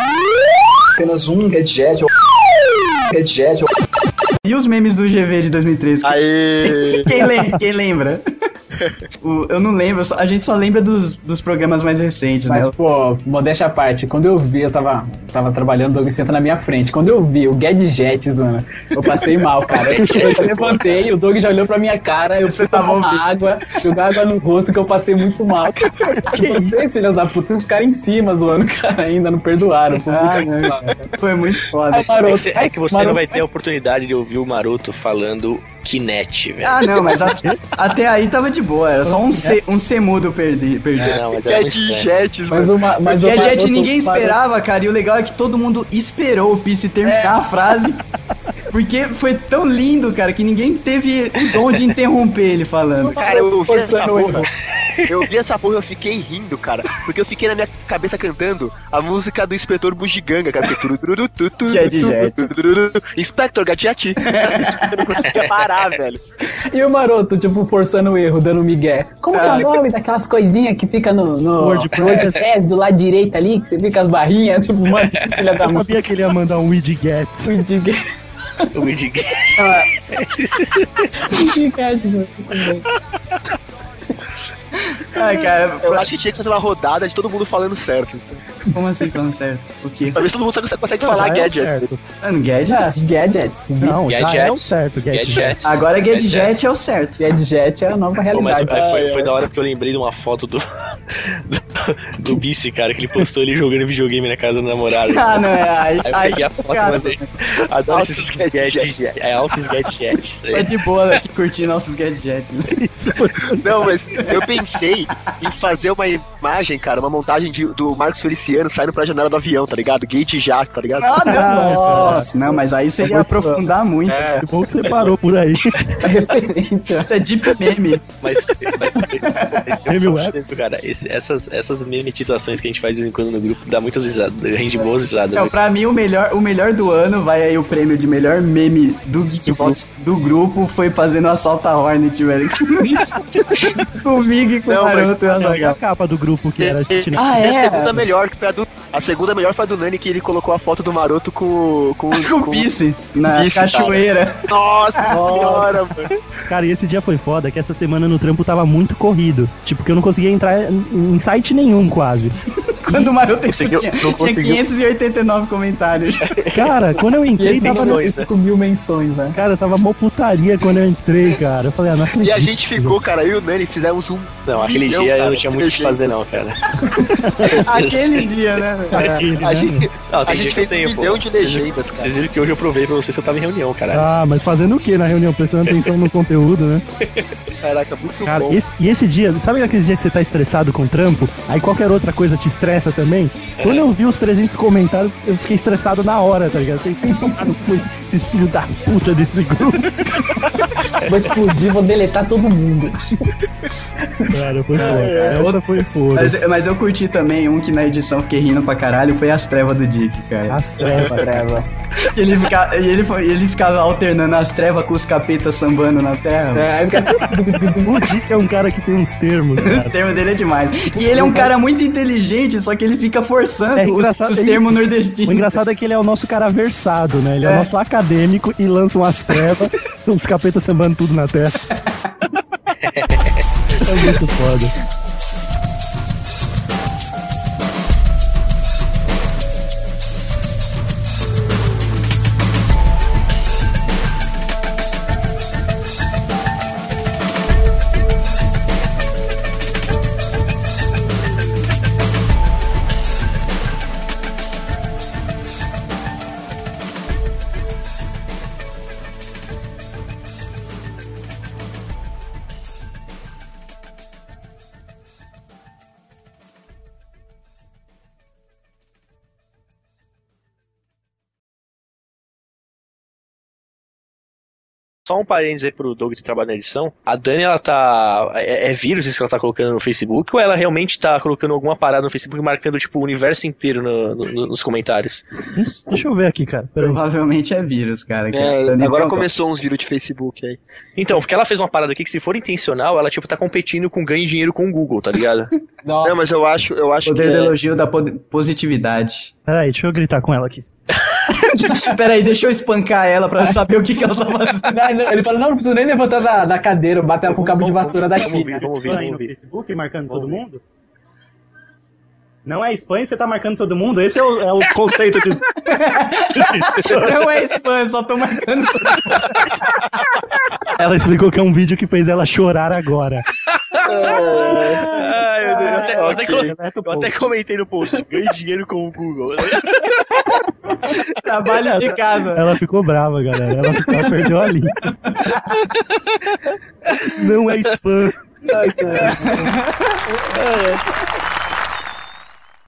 E os memes do GV de 2013? Aê! Quem lembra? Eu não lembro, a gente só lembra dos programas mais recentes, mas, né? Pô, modéstia à parte, quando eu vi, eu tava trabalhando, o Doug senta na minha frente. Quando eu vi o Gadgets, mano, eu passei mal, cara. Eu levantei, o Doug já olhou pra minha cara, eu fui tomar uma água, jogar água no rosto, que eu passei muito mal. Vocês, filhos da puta, vocês ficaram em cima zoando o cara ainda, não perdoaram. Foi muito foda. É que você não vai ter a oportunidade de ouvir o Maroto falando Kinect, velho. Não, mas até aí tava de boa, era só um C mudo perdido. Não, mas era Gadgets, mas o Gadget ninguém esperava, cara, e o legal é que todo mundo esperou o Pisse terminar a frase, porque foi tão lindo, cara, que ninguém teve o dom de interromper ele falando. Cara, eu ouvi essa porra, eu fiquei rindo, cara, porque eu fiquei na minha cabeça cantando a música do Inspetor Bugiganga, cara, Inspector Gadget. Eu não conseguia parar, velho. E o Maroto, tipo, forçando o erro, dando migué. Como que é o nome daquelas coisinhas que fica no WordPress do lado direito ali, que você fica as barrinhas, tipo, mano, filha da mãe. Eu sabia que ele ia mandar um widget. O widget. Cara, eu acho que tinha que fazer uma rodada de todo mundo falando certo. Como assim falando certo? O quê? Talvez todo mundo consegue falar gadgets. Gadgets? Não, gadgets. Já é o certo, gadget. Agora gadget é o certo. Gadget é a nova realidade. Mas foi da hora que eu lembrei de uma foto do Bice, cara, que ele postou ele jogando videogame na casa do namorado. Ah, não, é. Aí eu peguei a foto, mandei. Adoro esses gadgets. É Altos Gadgets. Tá de boa aqui curtindo Altos Gadgets. Não, mas eu pensei em fazer uma imagem, cara, uma montagem do Marcos Feliciano saindo pra janela do avião, tá ligado? Gate já, tá ligado? Ah, não. Nossa, não, mas aí você ia aprofundar muito. É bom que você parou por aí. É referência. Isso é deep meme. Mas cara, essas memetizações que a gente faz de vez em quando no grupo dá muitas risadas, rende boas risadas. Então, pra mim, o melhor do ano vai aí o prêmio de melhor meme do Geekbox do grupo foi fazendo Assalto a Hornet, velho. Comigo e com o Maroto e o Azaghal. A capa do grupo que era a gente. A segunda melhor foi a do Nani, que ele colocou a foto do Maroto com o Bice na Bice, cachoeira. Cara. Nossa senhora, mano. Cara, e esse dia foi foda, que essa semana no trampo tava muito corrido. Tipo, que eu não conseguia entrar em site nenhum, quase. Quando o Maroto tinha 589 comentários. Cara, quando eu entrei, tava 5 mil menções, né? Cara, tava mó putaria quando eu entrei, cara. Eu falei, não acredito. E a gente ficou, cara, eu e o Nani fizemos um... Não, aquele dia cara, eu não tinha muito o que fazer, não, cara. Aquele dia, né? A gente fez 1 milhão de legendas, cara. Vocês viram que hoje eu provei pra vocês que eu tava em reunião, caralho. Ah, mas fazendo o que na reunião? Prestando atenção no conteúdo, né? Caraca, muito cara, bom. Esse dia, sabe aqueles dias que você tá estressado com o trampo? Aí qualquer outra coisa te estressa também? Quando eu vi os 300 comentários, eu fiquei estressado na hora, tá ligado? Tem que tomar no cu esses filhos da puta desse grupo. Vou explodir, vou deletar todo mundo. Cara, foi foda. Essa foi foda. Mas eu curti também um que na edição fiquei rindo pra caralho, foi As Trevas do Dick, cara. As Trevas. Ele ficava alternando as trevas com os capetas sambando na terra. O Dick é um cara que tem uns termos, cara. Os termos dele é demais. E ele é um cara muito inteligente, só que ele fica forçando os termos nordestinos. O engraçado é que ele é o nosso cara versado, né? Ele é o nosso acadêmico e lança umas trevas, os capetas sambando tudo na terra. É muito foda. Só um parênteses aí pro Doug que trabalha na edição. A Dani, ela tá... É vírus isso que ela tá colocando no Facebook? Ou ela realmente tá colocando alguma parada no Facebook marcando, tipo, o universo inteiro nos comentários? Deixa eu ver aqui, cara. Provavelmente é vírus, cara. Agora começou uns vírus de Facebook aí. Então, porque ela fez uma parada aqui que se for intencional, ela, tipo, tá competindo com ganho de dinheiro com o Google, tá ligado? Não, mas eu acho Poder do elogio da positividade. Peraí, deixa eu gritar com ela aqui. Peraí, deixa eu espancar ela pra saber o que ela tá fazendo. Ele falou, não preciso nem levantar da cadeira, bater ela com o cabo de vassoura daqui. Vamos ver. No Facebook marcando todo mundo? Não é spam, você tá marcando todo mundo? Esse é o conceito de... Não é spam, só tô marcando todo mundo. Ela explicou que é um vídeo que fez ela chorar agora. Eu até comentei no post, ganhei dinheiro com o Google. Trabalho de casa. Ela ficou brava, galera. Ela perdeu a linha. Não é spam. Ai, cara.